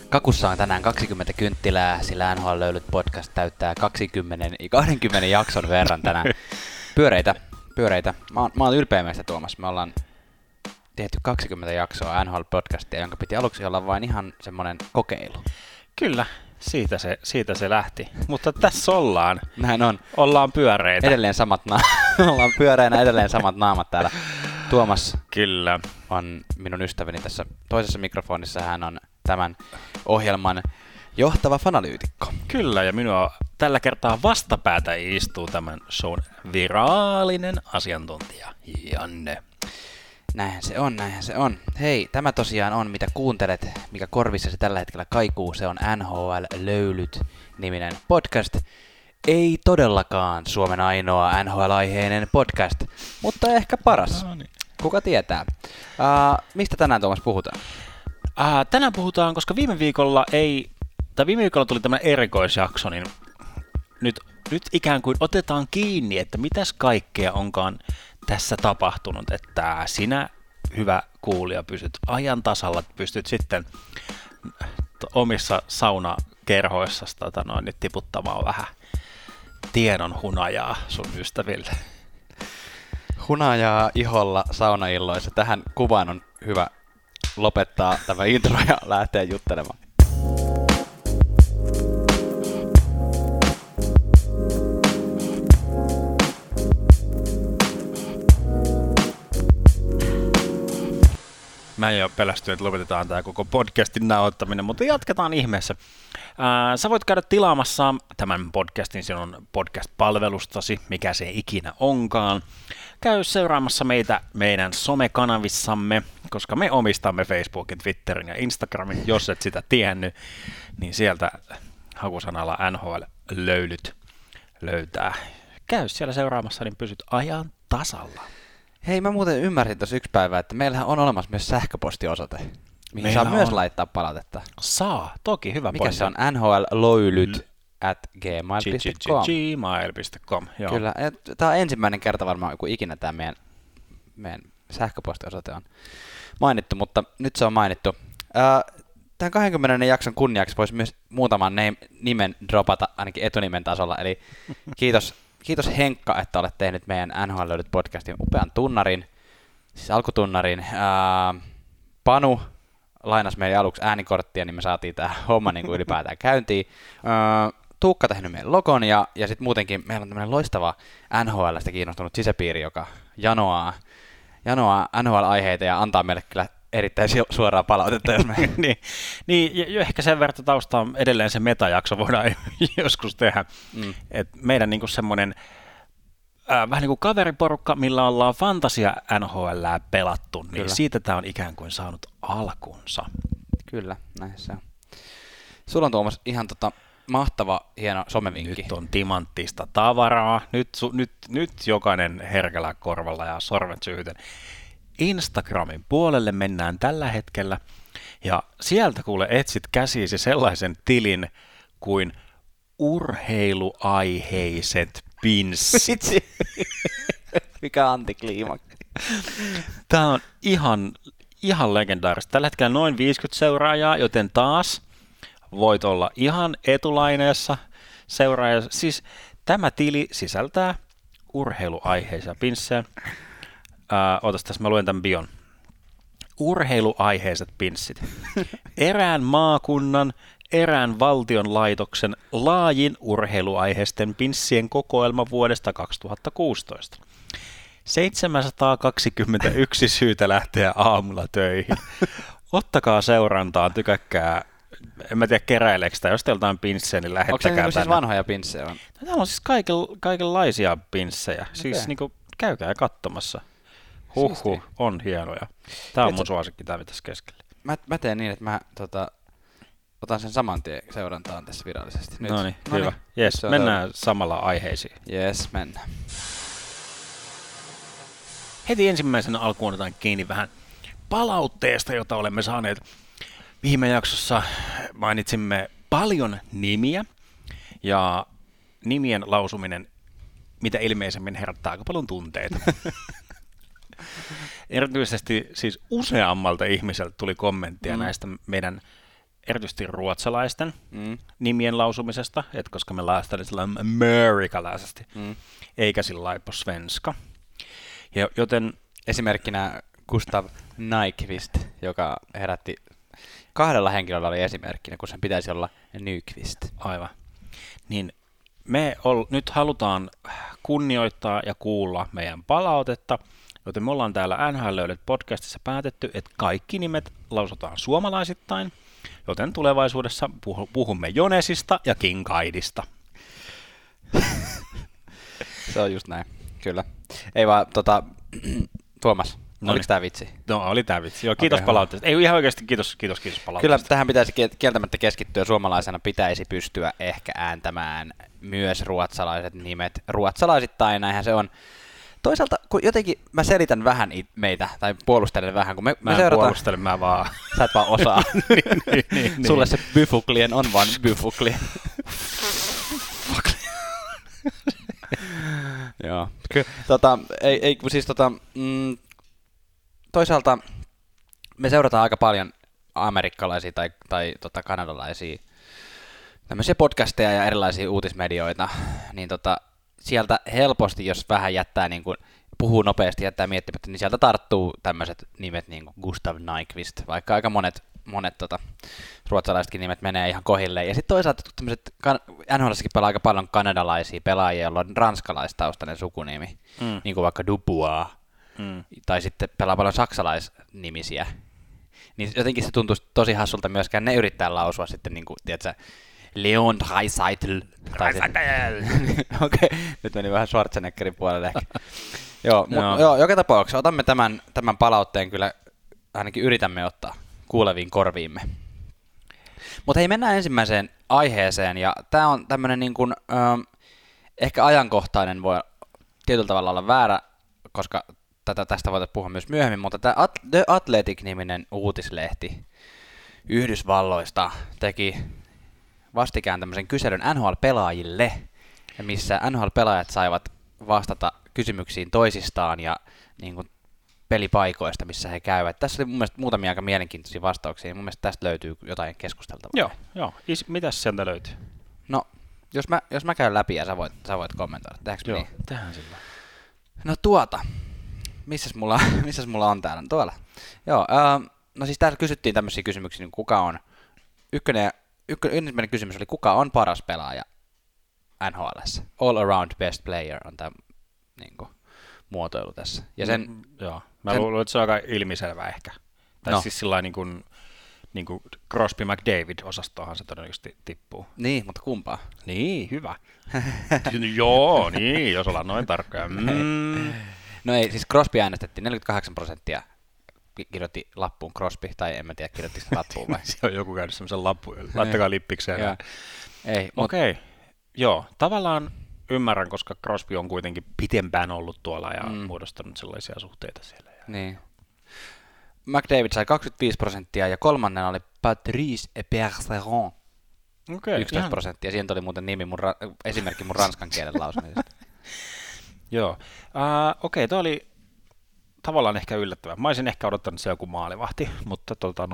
Kakussa on tänään 20 kynttilää, sillä NHL Löylyt podcast täyttää 20 jakson verran tänään. Pyöreitä. Mä oon ylpeä meistä, Tuomas. Me ollaan tehty 20 jaksoa NHL podcastia, jonka piti aluksi olla vain ihan semmonen kokeilu. Kyllä, siitä se lähti. Mutta tässä ollaan. Näin on. Ollaan pyöreitä. Ollaan pyöreinä, edelleen samat naamat täällä. Tuomas Kyllä. on minun ystäväni tässä toisessa mikrofonissa. Hän on tämän ohjelman johtava fanalyytikko. Kyllä, ja minua tällä kertaa vastapäätä istuu tämän shown viraalinen asiantuntija Janne. Näinhän se on. Hei, tämä tosiaan on, mitä kuuntelet, mikä korvissa se tällä hetkellä kaikuu. Se on NHL Löylyt-niminen podcast. Ei todellakaan Suomen ainoa NHL-aiheinen podcast, mutta ehkä paras. No niin. Kuka tietää? Mistä tänään, Tuomas, puhutaan? Tänään puhutaan, koska viime viikolla tuli tämmöinen erikoisjakso, niin nyt ikään kuin otetaan kiinni, että mitäs kaikkea onkaan tässä tapahtunut, että sinä, hyvä kuulija, pysyt ajan tasalla, pystyt sitten omissa saunakerhoissasi tiputtamaan vähän tiedon hunajaa sun ystäville. Hunajaa iholla saunailloissa. Tähän kuvaan on hyvä lopettaa tämä intro ja lähteä juttelemaan. Mä en jo pelästynyt, että lopetetaan tämä koko podcastin nauhoittaminen, mutta jatketaan ihmeessä. Sä voit käydä tilaamassa tämän podcastin sinun podcast-palvelustasi, mikä se ikinä onkaan. Käy seuraamassa meitä meidän somekanavissamme, koska me omistamme Facebookin, Twitterin ja Instagramin. Jos et sitä tiennyt, niin sieltä hakusanalla NHL Löylyt löytää. Käy siellä seuraamassa, niin pysyt ajan tasalla. Hei, mä muuten ymmärsin tuossa yksi päivä, että meillähän on olemassa myös sähköpostiosoite, mihin saa myös laittaa palautetta. Saa, toki hyvä mikä pointti. se on? nhlloylyt@gmail.com. Gmail.com, joo. Kyllä, tämä on ensimmäinen kerta varmaan, kun ikinä tämä meidän sähköpostiosoite on mainittu, mutta nyt se on mainittu. Tämän 20 jakson kunniaksi voisi myös muutaman nimen dropata, ainakin etunimen tasolla, eli Kiitos Henkka, että olet tehnyt meidän NHL Löylyt podcastin upean tunnarin, siis alkutunnarin. Panu lainasi meidän aluksi äänikorttia, niin me saatiin tämä homma niin kuin ylipäätään käyntiin. Tuukka tehnyt meidän logon ja sitten muutenkin meillä on tämmöinen loistava NHL:stä kiinnostunut sisäpiiri, joka janoaa NHL-aiheita ja antaa meille kyllä erittäin suoraa palautetta, jos me... niin, ehkä sen verran taustaa edelleen se metajakso voidaan joskus tehdä. Et meidän niinku semmoinen vähän niin kuin kaveriporukka, millä ollaan fantasia NHL:ää pelattu, niin kyllä. Siitä tämä on ikään kuin saanut alkunsa. Kyllä, näin se on. Sulla on, Tuomas, ihan mahtava, hieno somevinkki. Nyt on timanttista tavaraa. Nyt jokainen herkällä korvalla ja sormet syyten. Instagramin puolelle mennään tällä hetkellä, ja sieltä kuule etsit käsiisi sellaisen tilin kuin urheiluaiheiset pinssit. Mikä antikliimaksi. Tämä on ihan legendaarista. Tällä hetkellä noin 50 seuraajaa, joten taas voit olla ihan etulaineessa seuraaja. Siis tämä tili sisältää urheiluaiheisia pinssejä. Ootas tässä, mä luen tämän bion. Urheiluaiheiset pinssit. Erään maakunnan, erään valtion laitoksen laajin urheiluaiheisten pinssien kokoelma vuodesta 2016. 721 syytä lähteä aamulla töihin. Ottakaa seurantaan, tykäkkää. En mä tiedä keräileekö sitä, jos teillä on pinssejä, niin lähettäkää tänne. Onko se siis vanhoja pinssejä? Täällä on siis kaikenlaisia pinssejä. Okay. Siis niinku, käykää katsomassa. Huhhuh, on hienoja. Tää on mun suosikki, tää tässä keskellä. Mä teen niin, että mä otan sen saman tien seurantaan tässä virallisesti. Noniin, hyvä. Jes, mennään samalla aiheisiin. Jes, mennään. Heti ensimmäisenä alkuun otetaan kiinni vähän palautteesta, jota olemme saaneet. Viime jaksossa mainitsimme paljon nimiä, ja nimien lausuminen mitä ilmeisemmin herättää aika paljon tunteita. Erityisesti siis useammalta ihmiseltä tuli kommenttia näistä meidän erityisesti ruotsalaisten nimien lausumisesta, että koska me laastaan sillä amerikalaisesti, eikä sillä på svenska. Ja joten esimerkkinä Gustav Nyqvist, joka herätti 2 henkilöllä oli esimerkkinä, kun sen pitäisi olla Nyqvist. Aivan. Niin me nyt halutaan kunnioittaa ja kuulla meidän palautetta, joten me ollaan täällä NHL Löydät podcastissa päätetty, että kaikki nimet lausutaan suomalaisittain, joten tulevaisuudessa puhumme Jonesista ja Kinkaidista. Se on just näin, kyllä. Ei vaan, Tuomas, oliko tämä vitsi? No, oli tämä vitsi. Joo, kiitos palautteesta. Ei ihan oikeasti kiitos palautteesta. Kyllä tähän pitäisi kieltämättä keskittyä. Suomalaisena pitäisi pystyä ehkä ääntämään myös ruotsalaiset nimet. Ruotsalaisittain, näinhän se on. Toisaalta, kun jotenkin mä selitän vähän meitä, tai puolustelen vähän, kun me seurataan... puolustelen, mä vaan... Sä et vaan osaa. niin. Sulle se byfuklien on vaan byfuklien. Joo. Toisaalta me seurataan aika paljon amerikkalaisia tai kanadalaisia tämmöisiä podcasteja ja erilaisia uutismedioita, niin sieltä helposti, jos vähän jättää niin kuin, puhuu nopeasti, jättää miettimättä, niin sieltä tarttuu tämmöiset nimet niin kuin Gustav Nyqvist, vaikka aika monet ruotsalaisetkin nimet menee ihan kohilleen. Ja sitten toisaalta tämmöiset, NHL:ssäkin pelaa aika paljon kanadalaisia pelaajia, joilla on ranskalaistaustainen sukunimi, niin kuin vaikka Dubois, tai sitten pelaa paljon saksalaisnimisiä. Niin jotenkin se tuntuu tosi hassulta myöskään ne yrittää lausua sitten, niin kuin, tiedätkö, Leon Draisaitl. Okei, nyt meni vähän Schwarzeneggerin puolelle ehkä. Joo, joka tapauksessa otamme tämän palautteen kyllä, ainakin yritämme ottaa kuuleviin korviimme. Mutta hei, mennään ensimmäiseen aiheeseen, ja tämä on tämmöinen niin kuin, ehkä ajankohtainen, voi tietyllä tavalla olla väärä, koska tästä voitaisiin puhua myös myöhemmin, mutta tämä The Athletic-niminen uutislehti Yhdysvalloista teki vastikään tämmöisen kyselyn NHL-pelaajille, missä NHL-pelaajat saivat vastata kysymyksiin toisistaan ja niin kuin pelipaikoista, missä he käyvät. Tässä oli mun mielestä muutamia aika mielenkiintoisia vastauksia, ja mun mielestä tästä löytyy jotain keskusteltavaa. Joo. Mitäs sieltä löytyy? No, jos mä käyn läpi ja sä voit kommentoida. Tehdäänkö Joo, niin? tehdään sillä. No missäs mulla on täällä? Tuolla. Joo, no siis täällä kysyttiin tämmöisiä kysymyksiä, niin kuka on ensimmäinen kysymys oli, kuka on paras pelaaja NHL:ssä? All around best player on tämä niin kuin muotoilu tässä. Ja joo. Mä luulen, että se on aika ilmiselvä ehkä. Tai siis sillain niin kuin Crosby McDavid-osastohan se todennäköisesti tippuu. Niin, mutta kumpaa? Niin, hyvä. Joo, niin, jos ollaan noin tarkkoja. No ei, siis Crosby äänestettiin 48%. Kirjoitti lappuun Crosby, tai en mä tiedä, kirjoittiko se lappuun vai? Se on joku käynyt semmoisen lappuun, laittakaa lippikseen. Okei. Joo, tavallaan ymmärrän, koska Crosby on kuitenkin pitempään ollut tuolla ja muodostanut sellaisia suhteita siellä. Niin. McDavid sai 25% ja kolmannen oli Patrice Bergeron. 11%. Siinä oli muuten nimi, esimerkki mun ranskan kielen lausumisesta. Joo. Okei, toi oli tavallaan ehkä yllättävää. Mä olisin ehkä odottanut se joku maalivahti, mutta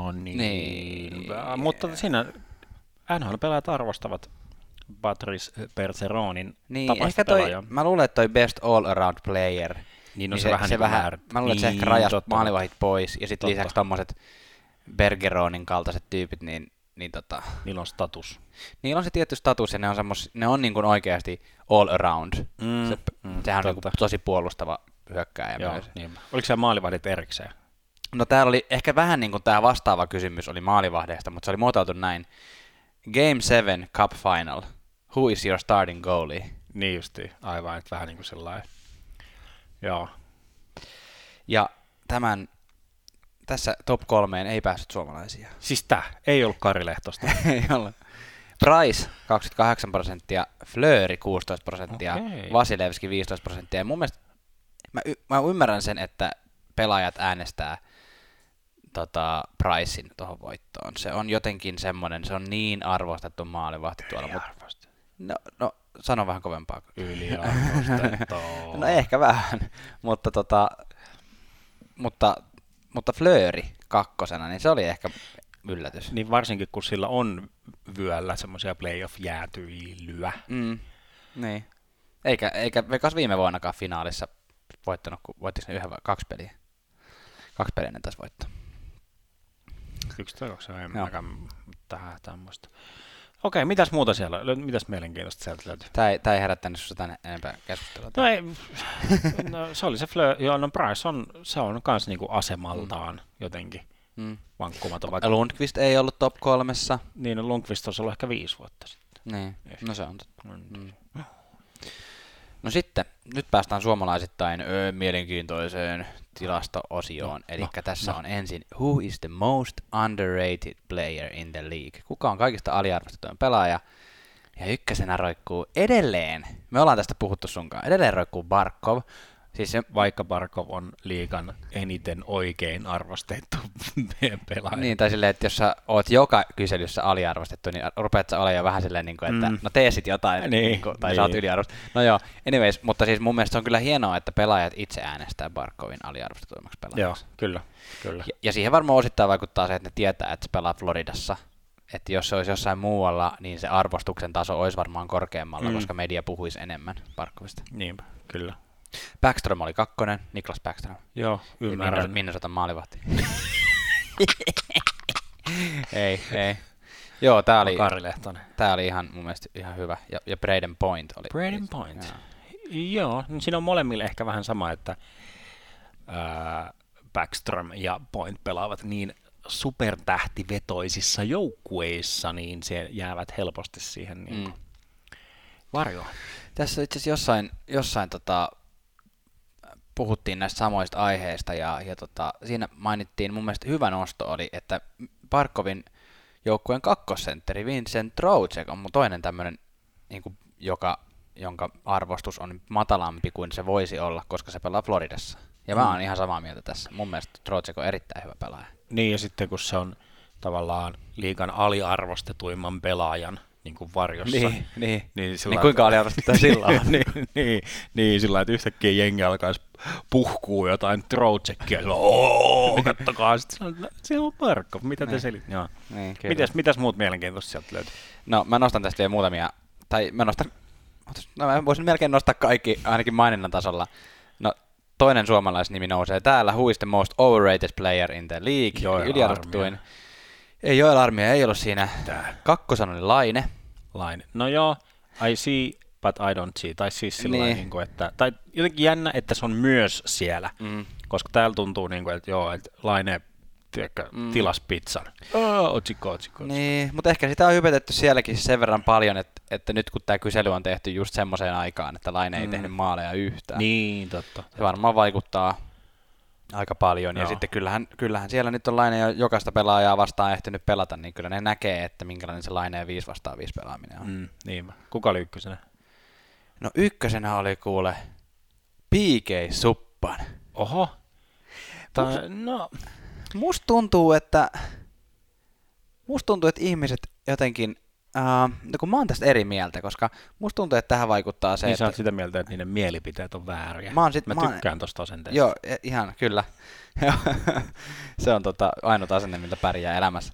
mutta siinä NHL-pelaajat arvostavat Patrice Bergeronin tapaista pelaajaa. Mä luulen, että toi best all around player, niin on se vähän mä luulen, että se ehkä rajasi maalivahit pois, ja sitten lisäksi tommoset Bergeronin kaltaiset tyypit, niin niillä on status. Niillä on se tietty status, ja ne on niin kuin oikeasti all around. Sehän on niin tosi puolustava hyökkääjä myös. Niin. Oliko siellä maalivahdit erikseen? No täällä oli ehkä vähän niin kuin tämä vastaava kysymys oli maalivahdeista, mutta se oli muotoiltu näin. Game 7 Cup Final. Who is your starting goalie? Niin justiin, aivan, että vähän niin kuin sellainen. Joo. Ja tässä top 3 ei päässyt suomalaisia. Siis ei ollut Kari Lehtosta. Ei ollut. Price 28%, Fleury 16%, Vasilevski 15%. Ja mun mielestä mä ymmärrän sen, että pelaajat äänestää Pricein tuohon voittoon. Se on jotenkin semmoinen, se on niin arvostettu maalivahti tuolla. No, sano vähän kovempaa. Yliarvostettu. No ehkä vähän, mutta Fleury kakkosena, niin se oli ehkä yllätys. Niin varsinkin, kun sillä on vyöllä semmoisia playoff-jäätyilyä. Niin. Eikä Vegas viime vuonnakaan finaalissa voittanut, kun voittiko ne 2 peliä. 2 peliä ne taas voittaa. 1 tai 2, en mäkään tähän muista. Okei, mitäs muuta siellä? Mitäs mielenkiintoista sieltä löytyy? Tää ei herättänyt sinusta tänne enempää keskustelua. No ei, se oli se Fleur, no Price se on kans niinku asemaltaan jotenkin vankkumaton. Lundqvist ei ollut top 3. Niin, no Lundqvist on ollut ehkä 5 vuotta sitten. Niin, no se on totta. No sitten, nyt päästään suomalaisittain mielenkiintoiseen tilasto-osioon. Eli tässä on ensin Who is the most underrated player in the league? Kuka on kaikista aliarvostettujen pelaaja? Ja ykkösenä roikkuu edelleen, me ollaan tästä puhuttu sunkaan, edelleen roikkuu Barkov. Siis vaikka Barkov on liigan eniten oikein arvostettu pelaaja. Niin, tai silleen, että jos sä oot joka kyselyssä aliarvostettu, niin rupeat sä olemaan jo vähän silleen, että no tee sit jotain, tai sä oot yliarvostettu. No joo, anyways, mutta siis mun mielestä se on kyllä hienoa, että pelaajat itse äänestää Barkovin aliarvostetuimmaksi pelaajaksi. Joo, kyllä. Ja siihen varmaan osittain vaikuttaa se, että ne tietää, että se pelaa Floridassa. Että jos se olisi jossain muualla, niin se arvostuksen taso olisi varmaan korkeammalla, koska media puhuisi enemmän Barkovista. Niinpä, kyllä. Backstrom oli 2, Niklas Backstrom. Joo, ymmärrän. Minnesotan maalivahti. ei. Joo, tää oli ihan mun mielestä ihan hyvä. Ja Braden Point oli. Braden Point. Joo, niin siinä on molemmille ehkä vähän sama, että Backstrom ja Point pelaavat niin supertähtivetoisissa joukkueissa, niin se jäävät helposti siihen niin varjoon. Tässä itse asiassa jossain puhuttiin näistä samoista aiheista ja siinä mainittiin, mun mielestä hyvä nosto oli, että Barkovin joukkueen kakkosentteri Vincent Trocheck on mun toinen tämmöinen, niin jonka arvostus on matalampi kuin se voisi olla, koska se pelaa Floridassa. Ja mä oon ihan samaa mieltä tässä. Mun mielestä Trocheck on erittäin hyvä pelaaja. Niin, ja sitten kun se on tavallaan liigan aliarvostetuimman pelaajan niin kuin varjossa. Niin kuinka aliarvostetaan silloin? niin, sillä että yhtäkkiä jengi alkaisi puhkuu jotain Troceckia. Kattokaa, sitten siellä on Barkov, mitä te selitte? Niin, mitäs muut mielenkiintoista sieltä löytyy? No mä nostan tästä vielä muutamia, mä voisin melkein nostaa kaikki ainakin maininnan tasolla. No toinen suomalaisnimi nousee täällä, Who is the most overrated player in the league? Yliarvostetuin. Ei Joel Armia, ei ollut siinä. Kakkosen oli Laine. No joo, I see, but I don't see. Tai siis sillain, niin kuin, että, tai jotenkin jännä, että se on myös siellä. Koska täällä tuntuu, niin kuin, että joo, että Laine tilas pizzan. Otsikko. Niin, mutta ehkä sitä on hypetetty sielläkin sen verran paljon, että nyt kun tämä kysely on tehty just semmoiseen aikaan, että Laine ei tehnyt maaleja yhtään. Niin, totta. Se varmaan vaikuttaa aika paljon, ja sitten kyllähän siellä nyt on Laine jo jokaista pelaajaa vastaan ehtinyt pelata, niin kyllä ne näkee, että minkälainen se Laineen 5 vastaan 5 pelaaminen on. Niin, kuka oli ykkösenä? No ykkösenä oli kuule PK Subban. Oho. Musta tuntuu, että ihmiset jotenkin, kun mä oon tästä eri mieltä, koska musta tuntuu, että tähän vaikuttaa se, niin että sä oot sitä mieltä, että niiden mielipiteet on vääriä. Mä tykkään tosta asenteesta. Joo, ihan kyllä. Se on ainut asenne, millä pärjää elämässä.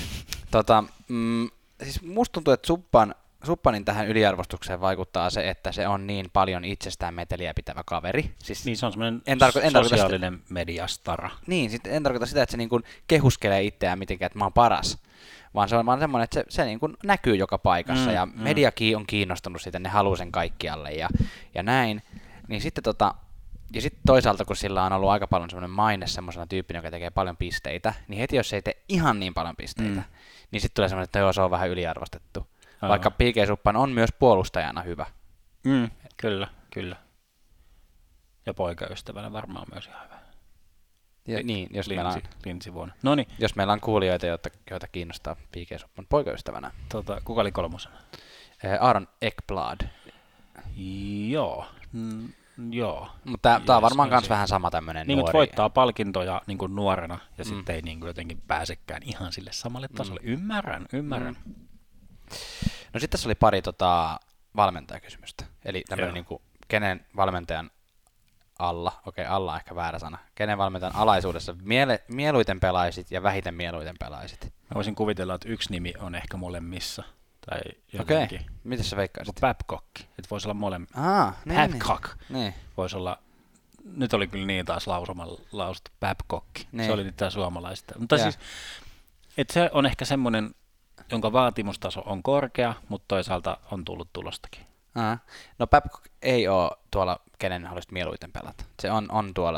Siis musta tuntuu, että Subbanin tähän yliarvostukseen vaikuttaa se, että se on niin paljon itsestään meteliä pitävä kaveri. Siis niin se on semmoinen sosiaalinen mediastara. Niin, en tarkoita sitä, että se niin kuin kehuskelee itseään mitenkään, että mä oon paras, vaan se on vaan semmoinen, että se niin kuin näkyy joka paikassa ja mediakin on kiinnostunut siitä, ne haluaa sen kaikkialle ja näin. Niin sitten ja sitten toisaalta, kun sillä on ollut aika paljon semmoinen maine semmoisena tyyppinä, joka tekee paljon pisteitä, niin heti jos se ei tee ihan niin paljon pisteitä, niin sitten tulee semmoinen, että joo, se on vähän yliarvostettu. Vaikka PK Subban on myös puolustajana hyvä. Kyllä. Ja poikaystävänä varmaan myös ihan hyvä. Niin, jos Linsivuonna. Jos meillä on kuulijoita, joita kiinnostaa PK Subban poikaystävänä. Kuka oli kolmosena? Aaron Ekblad. Joo. Mutta tämä on varmaan myös vähän sama tämmöinen niin, nuori. Voittaa palkintoja niin kuin nuorena ja sitten ei niin kuin jotenkin pääsekään ihan sille samalle tasolle. Ymmärrän. No sitten tässä oli pari valmentajakysymystä. Eli tämmöinen niin kuin, kenen valmentajan alla, alla on ehkä väärä sana, kenen valmentajan alaisuudessa mieluiten pelaisit ja vähiten mieluiten pelaisit? Mä voisin kuvitella, että yksi nimi on ehkä molemmissa. Tai Okei, miten sä veikkaisit? Babcock, että voisi olla molemmissa. Babcock voisi olla, nyt oli kyllä niin taas lausuttu Babcock, se oli nyt tää suomalaista. Mutta siis, että se on ehkä semmoinen, jonka vaatimustaso on korkea, mutta toisaalta on tullut tulostakin. No Babcock ei ole tuolla, kenen haluaisit mieluiten pelata. Se on tuolla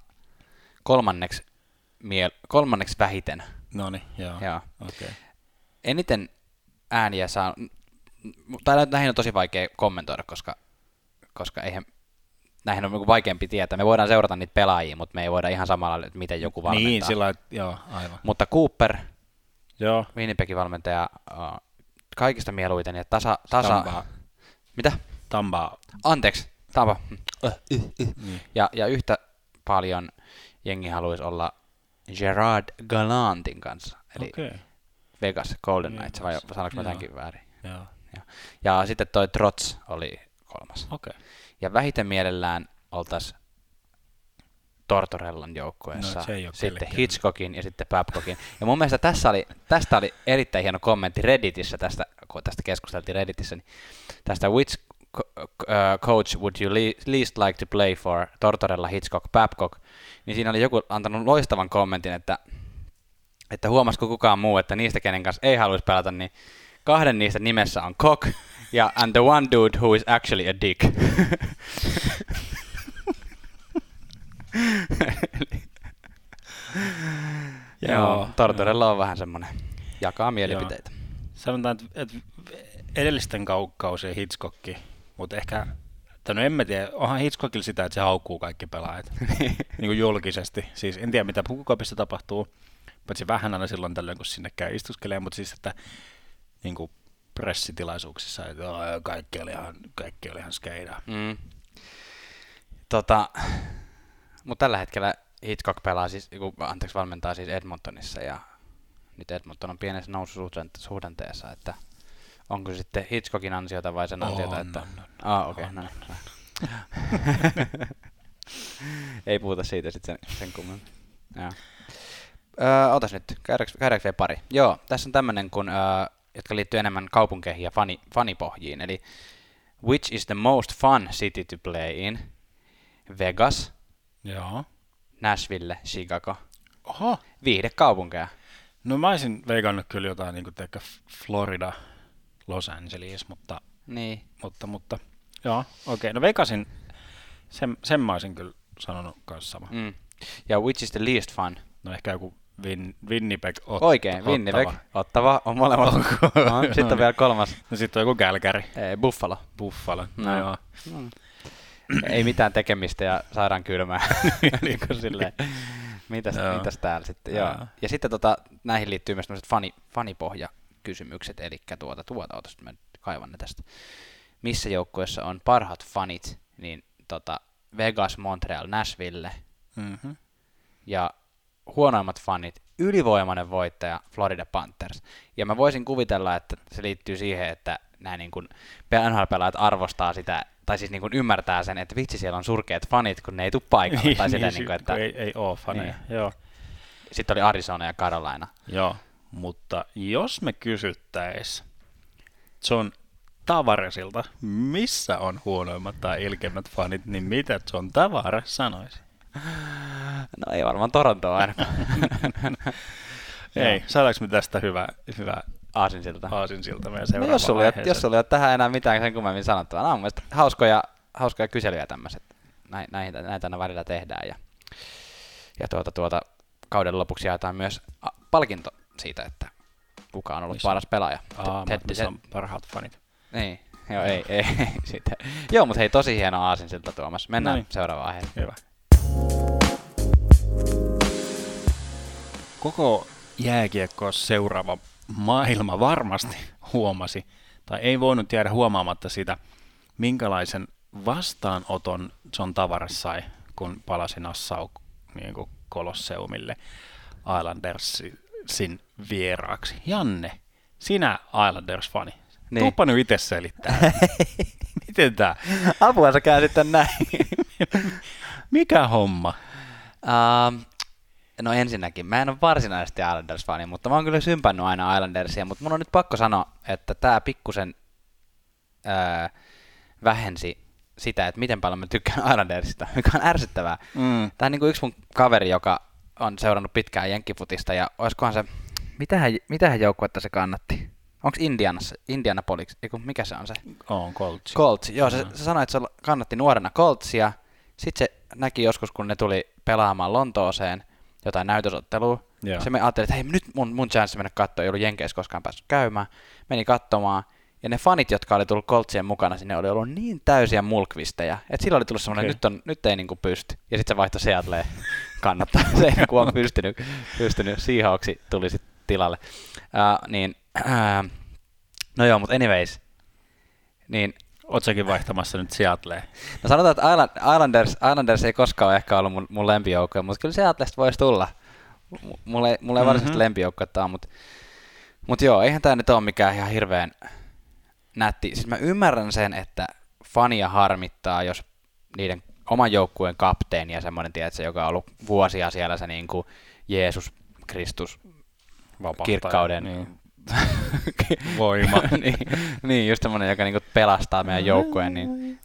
kolmanneksi vähiten. Noniin, joo. Okay. Eniten ääniä saa, tai näihin on tosi vaikea kommentoida, koska näihin on vaikeampi tietää. Me voidaan seurata niitä pelaajia, mutta me ei voida ihan samalla, että miten joku valmentaa. Niin, sillä joo, aivan. Mutta Cooper, Winnipegin valmentaja, kaikista mieluiten ja tasa... Mitä? Tampa. Anteeksi, Tampa. Niin. Ja yhtä paljon jengi haluaisi olla Gerard Gallantin kanssa, eli Vegas Golden Knights, vai sanoinko mä tämänkin väärin? Joo. Ja sitten toi Trotz oli 3. Okay. Ja vähiten mielellään oltaisiin Tortorellan joukkueessa, sitten Hitchcockin ja sitten Babcockin. Ja mun mielestä tästä oli erittäin hieno kommentti Redditissä, kun tästä keskusteltiin Redditissä, niin tästä which coach would you least like to play for, Tortorella, Hitchcock, Babcock, niin siinä oli joku antanut loistavan kommentin, että huomasiko kukaan muu, että niistä, kenen kanssa ei haluaisi pelata, niin 2 niistä nimessä on Cock, ja and the one dude who is actually a dick. Joo, Tortorella on vähän semmoinen, jakaa mielipiteitä. Sanotaan, että edellisten kausien Hitchcock, mutta ehkä, en mä tiedä, onhan Hitchcockilla sitä, että se haukkuu kaikki pelaajat niin kuin julkisesti. Siis en tiedä, mitä pukukopissa tapahtuu, paitsi vähän aina silloin tällöin, kun sinne käy istuskelee, mutta siis, että niin kuin pressitilaisuuksissa, että kaikki oli ihan skeidaa. Mutta tällä hetkellä Hitchcock pelaa valmentaa siis Edmontonissa, ja nyt Edmonton on pienessä noususuhdanteessa, että onko se sitten Hitchcockin ansiota vai sen ansiota, että... No. Ei puhuta siitä sitten sen kummemmin. Otas nyt, käydäänkö vielä pari? Joo, tässä on tämmöinen, jotka liittyy enemmän kaupunkeihin ja fanipohjiin, eli which is the most fun city to play in? Vegas, Nashville, Chicago. Oho. Viihdekaupunkeja. No mä olisin veikannut kyllä jotain niin kuin Florida, Los Angeles, mutta joo, okei. No Vegasin, sen mä olisin kyllä sanonut kanssa sama. Ja which is the least fun? No ehkä joku Winnipeg, Oikein, Winnipeg, Ottava on molemmat. Sitten on vielä 3. No sitten on joku Calgary. Buffalo. No joo. Ei mitään tekemistä ja saadaan kylmää. Niin kuin silleen. Mitäs täällä sitten? Joo. Ja sitten näihin liittyy myös tämmöiset fanipohjakysymykset, eli otas mä kaivan ne tästä. Missä joukkueessa on parhaat fanit, niin Vegas, Montreal, Nashville, ja huonoimmat fanit, ylivoimainen voittaja Florida Panthers. Ja mä voisin kuvitella, että se liittyy siihen, että nämä niin kuin NHL-pelaajat arvostaa sitä, tai siis niin kuin ymmärtää sen, että vitsi, siellä on surkeat fanit, kun ne ei tule paikalle. Tai sitä, niin kuin, että ei ole faneja. Niin. Joo. Sitten oli Arizona ja Carolina. Joo, mutta jos me kysyttäisiin John Tavaresilta, missä on huonoimmat tai ilkeimmät fanit, niin mitä John Tavares sanoisi? No ei varmaan Torontoa ainakaan. Ei, saadaanko me tästä hyvä aasinsilta meidän seuraavaan aiheeseen? Jos sulla ei ole tähän enää mitään sen kummemmin sanottavaa. Nämä on mielestäni hauskoja kyselyjä tämmöiset. Näitä aina välillä tehdään. Ja kauden lopuksi jaetaan myös palkinto siitä, että kuka on ollut paras pelaaja. Missä on parhaat fanit. Niin, joo, ei sitten. Joo, mutta hei, tosi hieno aasinsilta Tuomas. Mennään seuraavaan aiheeseen. Hyvä. Koko jääkiekkoa seuraava maailma varmasti huomasi, tai ei voinut jäädä huomaamatta sitä, minkälaisen vastaanoton John Tavares sai, kun palasi Nassau niin kuin Kolosseumille Islandersin vieraaksi. Janne, sinä Islanders-fani, tuuppa nyt itse selittää. Miten tää? Apua sä käänsit tän näin. Mikä homma? No ensinnäkin, mä en ole varsinaisesti Islanders-fani, mutta mä oon kyllä sympannut aina Islandersia, mutta mun on nyt pakko sanoa, että tää pikkusen vähensi sitä, että miten paljon mä tykkään Islandersista, mikä on ärsyttävää. Tää on niin kuin yksi mun kaveri, joka on seurannut pitkään jenkkifutista, ja olisikohan se, mitähän joukkuetta se kannatti? Onko Indianapolis, mikä se on se? On Colts. Colts, joo, se sanoi, että se kannatti nuorena Coltsia, sitten se näki joskus, kun ne tuli pelaamaan Lontooseen jotain näytösottelua, se me ajatteli, että hei, nyt mun chanssi mennä katsomaan, ei ollut Jenkeissä koskaan päässyt käymään, meni katsomaan, ja ne fanit, jotka oli tullut Coltsien mukana sinne, oli ollut niin täysiä mulkvistejä, että sillä oli tullut semmoinen, että nyt ei niinku pysty. Ja sitten se vaihtoi Seattleen kannattaa. Se ei niinku on pystynyt. Seahawksi tuli sitten tilalle. No joo, mutta anyways. Niin, oot säkin vaihtamassa nyt Seattleen? No sanotaan, että Islanders ei koskaan ole ehkä ollut mun lempijoukkoja, mutta kyllä Seattlesta voisi tulla. Mulla ei varsinaisesti lempijoukkoa, mutta joo, eihän tämä nyt ole mikään ihan hirveän nätti. Siis mä ymmärrän sen, että fania harmittaa, jos niiden oman joukkueen kapteeni ja semmoinen, tiedätkö, joka on ollut vuosia siellä se niin kuin Jeesus Kristus kirkkauden voima. niin, just semmoinen, joka niin kuin pelastaa meidän joukkueen,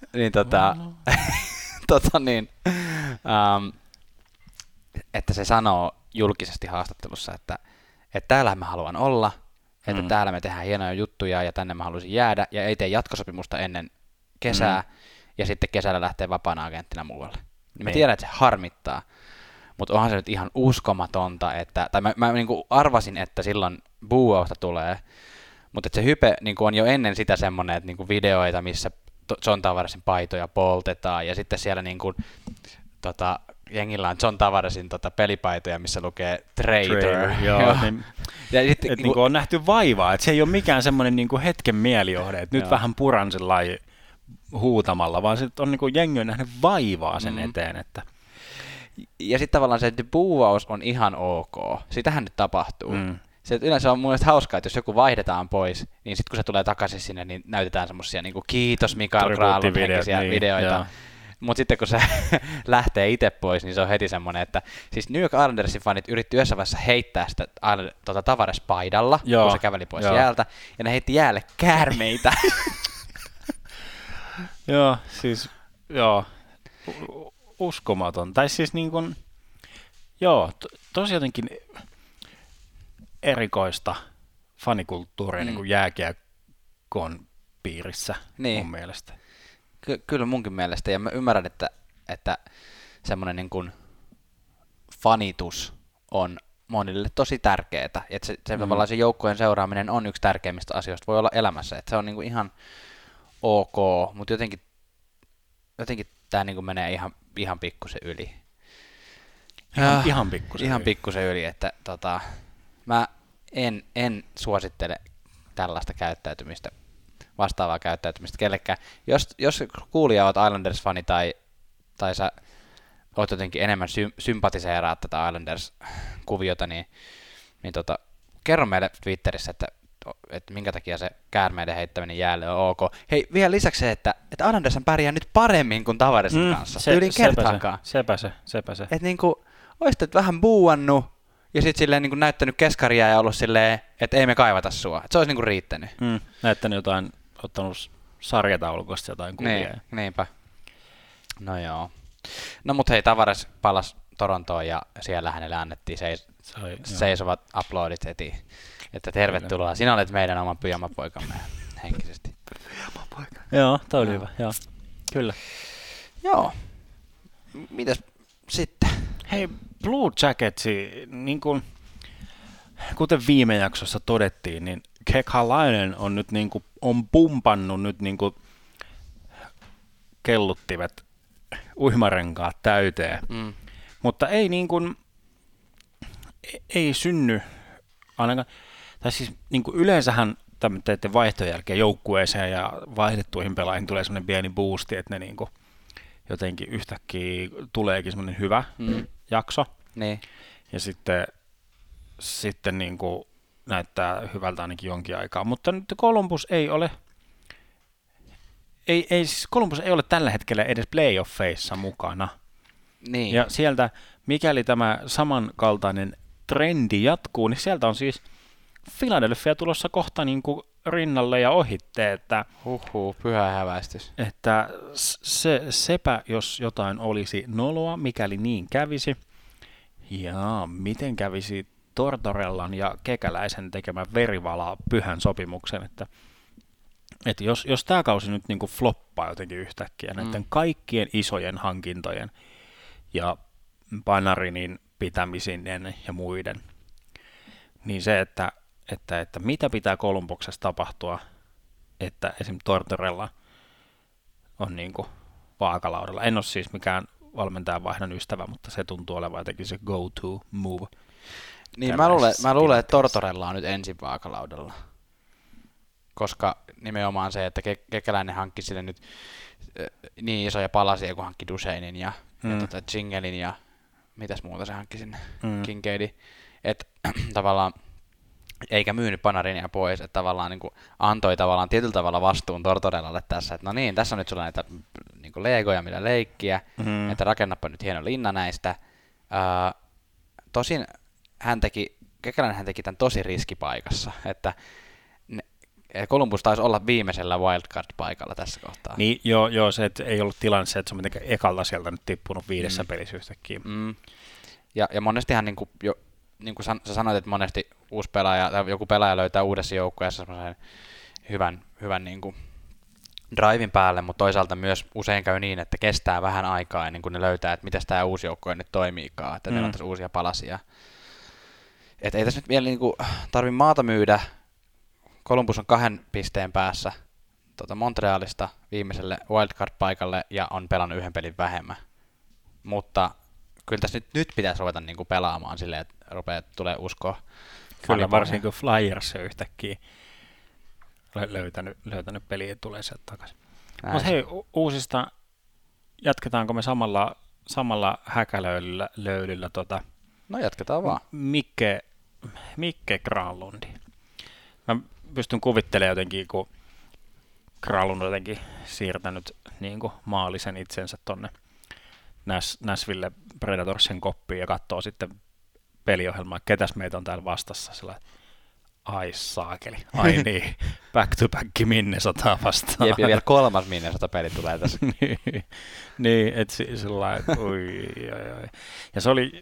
että se sanoo julkisesti haastattelussa, että täällä mä haluan olla, että täällä me tehdään hienoja juttuja ja tänne mä haluaisin jäädä ja ei tee jatkosopimusta ennen kesää ja sitten kesällä lähtee vapaana agenttina muualle. Niin mä tiedän, että se harmittaa, mutta onhan se nyt ihan uskomatonta, tai mä niin kuin arvasin, että silloin buuausta tulee, mutta että se hype niin kuin on jo ennen sitä semmoinen, että niin kuin videoita, missä John Tavaresin paitoja poltetaan ja sitten siellä niin kuin, jengillä on John Tavaresin pelipaitoja, missä lukee traitor. Joo. Ja sitten, niin on nähty vaivaa, että se ei ole mikään semmoinen niin kuin hetken mielijohde, että nyt vähän puran sellainen huutamalla, vaan se on niin kuin jengi on nähnyt vaivaa sen eteen. Että. Ja sitten tavallaan se, että buuaus on ihan ok. Sitähän nyt tapahtuu. Se yleensä on mun mielestä hauskaa, että jos joku vaihdetaan pois, niin sitten kun se tulee takaisin sinne, niin näytetään semmosia niin kuin kiitos Mikael Granlund henkisiä videoita. Mutta sitten kun se lähtee itse pois, niin se on heti semmoinen, että siis New York Islandersin fanit yritti yhdessä vaiheessa heittää sitä Tavares paidalla, kun se käveli pois jäältä, ja ne heitti jäälle käärmeitä. Uskomaton. Tai siis niin kuin, tosi jotenkin erikoista fanikulttuuria niin kuin jääkiekon piirissä mun mielestä. Kyllä munkin mielestä, ja mä ymmärrän, että semmoinen niin kuin fanitus on monille tosi tärkeää, että se tavallaan se joukkojen seuraaminen on yksi tärkeimmistä asioista, voi olla elämässä, että se on niin kuin ihan ok, mutta jotenkin tämä niin kuin menee ihan pikkusen yli. Ihan pikkusen yli, että mä en suosittele tällaista käyttäytymistä, vastaavaa käyttäytymistä kellekään. Jos kuulija olet Islanders-fani tai sä oot jotenkin enemmän sympatiseeraat tätä Islanders-kuviota, niin kerro meille Twitterissä, että minkä takia se käärmeiden heittäminen jäälle on ok. Hei, vielä lisäksi se, että Islanders pärjää nyt paremmin kuin Tavaresin kanssa. Yli kertaakaan. Sepä se. Että niinku, olisit vähän buuannut ja sitten silleen niinku näyttänyt keskaria ja ollut silleen, että ei me kaivata sua. Et se olisi niinku riittänyt. Näyttänyt jotain, ottanut sarjataulukosta jotain kuvia. Niinpä. No joo. No mut hei, Tavares palasi Torontoon ja siellä hänelle annettiin seisovat aplodit heti. Että tervetuloa. Kyllä. Sinä olet meidän oman pyjamapoikamme henkisesti. Pyjamapoika. Joo, toi oli hyvä. Joo. Kyllä. Joo. Mitäs sitten? Hei, Blue Jacketsi, niin kuin, kuten viime jaksossa todettiin, niin Kekalainen on nyt niin kuin, on pumpannut nyt niin kuin kelluttimet uimarenkaat täyteen. Mutta ei niin kuin, ei synny ainakaan, tai siis niin kuin yleensähän teette vaihtojen jälkeen joukkueeseen ja vaihdettuihin pelaajiin tulee semmoinen pieni boosti, että ne niin kuin jotenkin yhtäkkiä tuleekin semmoinen hyvä jakso. Niin. Ja sitten niin kuin näyttää hyvältä ainakin jonkin aikaa. Mutta nyt Columbus ei ei siis Columbus ei ole tällä hetkellä edes playoffeissa mukana. Niin. Ja sieltä, mikäli tämä samankaltainen trendi jatkuu, niin sieltä on siis Philadelphia tulossa kohta niin kuin rinnalle ja ohitte, että pyhä häväistys. Että sepä, jos jotain olisi noloa, mikäli niin kävisi. Ja miten kävisi Tortorellan ja Kekäläisen tekemän verivalaa pyhän sopimuksen, että jos tämä kausi nyt niin kuin floppaa jotenkin yhtäkkiä näiden kaikkien isojen hankintojen ja Panarinin pitämisinen ja muiden, niin se, että mitä pitää Columbuksessa tapahtua, että esimerkiksi Tortorella on niin kuin vaakalaudalla. En ole siis mikään valmentajan vaihdon ystävä, mutta se tuntuu olevan jotenkin se go-to move. Niin mä luulen, että Tortorella on nyt ensin vaakalaudalla. Koska nimenomaan se, että Kekäläinen hankki sille nyt niin isoja palasia, kun hankki Ducheinin ja Jingelin ja mitäs muuta se hankki sinne, Kincaidin. Että tavallaan eikä myynyt Panarinia pois, että tavallaan niin kuin antoi tavallaan tietyllä tavalla vastuun Tortorellalle tässä, että no niin, tässä on nyt sulla näitä niin kuin legoja, millä leikkiä, että rakennappa nyt hieno linna näistä. Tosin Kekäläinen teki tämän tosi riskipaikassa, että Columbus taisi olla viimeisellä wildcard-paikalla tässä kohtaa. Niin, joo, se että ei ollut tilanne se, että se on mitenkään ekalla sieltä nyt tippunut 5 pelissä yhtäkkiä. Ja monestihan niin kuin sä sanoit, että monesti uusi pelaaja tai joku pelaaja löytää uudessa joukkueessa semmoisen hyvän niin kuin driven päälle, mutta toisaalta myös usein käy niin, että kestää vähän aikaa ennen kuin ne löytää, että miten tämä uusi joukkue nyt toimiikaan, että ne on tässä uusia palasia. Että ei tässä nyt vielä niin kuin tarvitse maata myydä. Columbus on 2 pisteen päässä Montrealista viimeiselle wildcard-paikalle ja on pelannut 1 pelin vähemmän. Mutta kyllä tässä nyt pitäisi ruveta niin kuin pelaamaan silleen, että tulee uskoa. Kyllä, varsinkin kun Flyers on yhtäkkiä löytänyt peliä ja tulee sieltä takaisin. Mutta hei, uusista, jatketaanko me samalla häkälöylyllä No jatketaan vaan. Mikke Granlundi. Mä pystyn kuvittelemaan jotenkin, kun Granlund on jotenkin siirtänyt niin kuin maallisen itsensä tonne Nashville Predatorsin koppiin ja katsoo sitten peliohjelmaa, ketäs meitä on täällä vastassa, sillä ai saakeli, ai niin, back to back Minnesotaa vastaan. Jep, ja vielä 3. Minnesota-peli tulee tässä. niin, että sillä että ja se oli,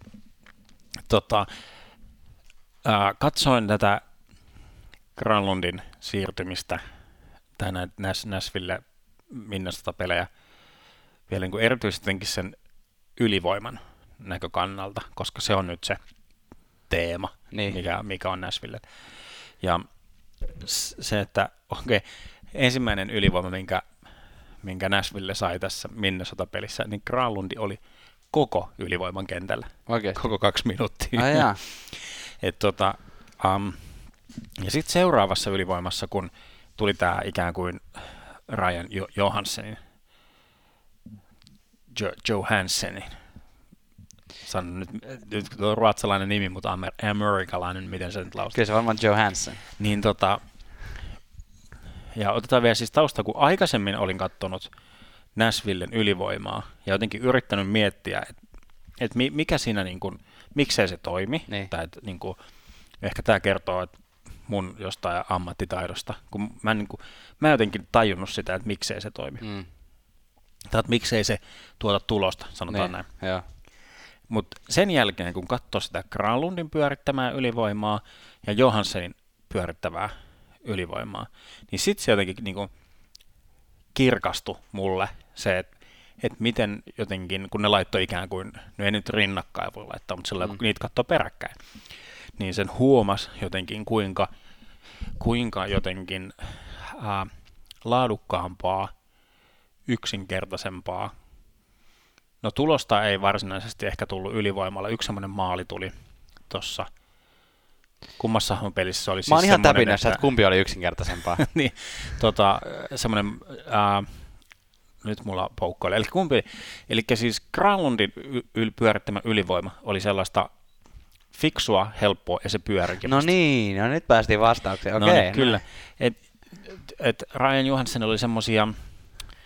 katsoin tätä Granlundin siirtymistä tänä Nashville Minnesota-pelejä vielä niin kuin erityisesti sen ylivoiman näkökannalta, koska se on nyt se teema, mikä on Nashville. Ja se, että ensimmäinen ylivoima, minkä Nashville sai tässä Minnesota-pelissä, niin Granlundi oli koko ylivoiman kentällä. Oikeasti? Koko 2 minuuttia. Ja sitten seuraavassa ylivoimassa, kun tuli tämä ikään kuin Ryan Johanssonin, Johanssonin, sanon nyt tuo ruotsalainen nimi, mutta amerikalainen, miten se nyt lausuu. Kyllä se varmaan Johansson. Niin ja otetaan vielä siis tausta, kun aikaisemmin olin katsonut Nashvillen ylivoimaa ja jotenkin yrittänyt miettiä, että mikä siinä niin kuin, miksei se toimi, tai että niin kuin, ehkä tämä kertoo, että mun jostain ammattitaidosta, kun mä jotenkin tajunnut sitä, että miksei se toimi. Tai että miksei se tuota tulosta, sanotaan näin. Mutta sen jälkeen, kun katsoo sitä Granlundin pyörittämää ylivoimaa ja Johanssonin pyörittävää ylivoimaa, niin sitten se jotenkin niinku kirkastui mulle se, että miten jotenkin, kun ne laittoi ikään kuin, no ei nyt rinnakkain voi laittaa, mutta sillä kun niitä katsoo peräkkäin, niin sen huomasi jotenkin kuinka jotenkin laadukkaampaa, yksinkertaisempaa. No tulosta ei varsinaisesti ehkä tullut ylivoimalla. Yksi semmoinen maali tuli tuossa. Kummassahan pelissä se oli siis semmoinen. Mä oon ihan täpinässä, että kumpi oli yksinkertaisempaa. niin, semmoinen, nyt mulla poukkoilee. Eli siis Granlundin pyörittämä ylivoima oli sellaista fiksua, helppoa ja se pyörikin. No niin, no nyt päästiin vastaukseen. No niin, kyllä. Et Ryan Johansson oli semmoisia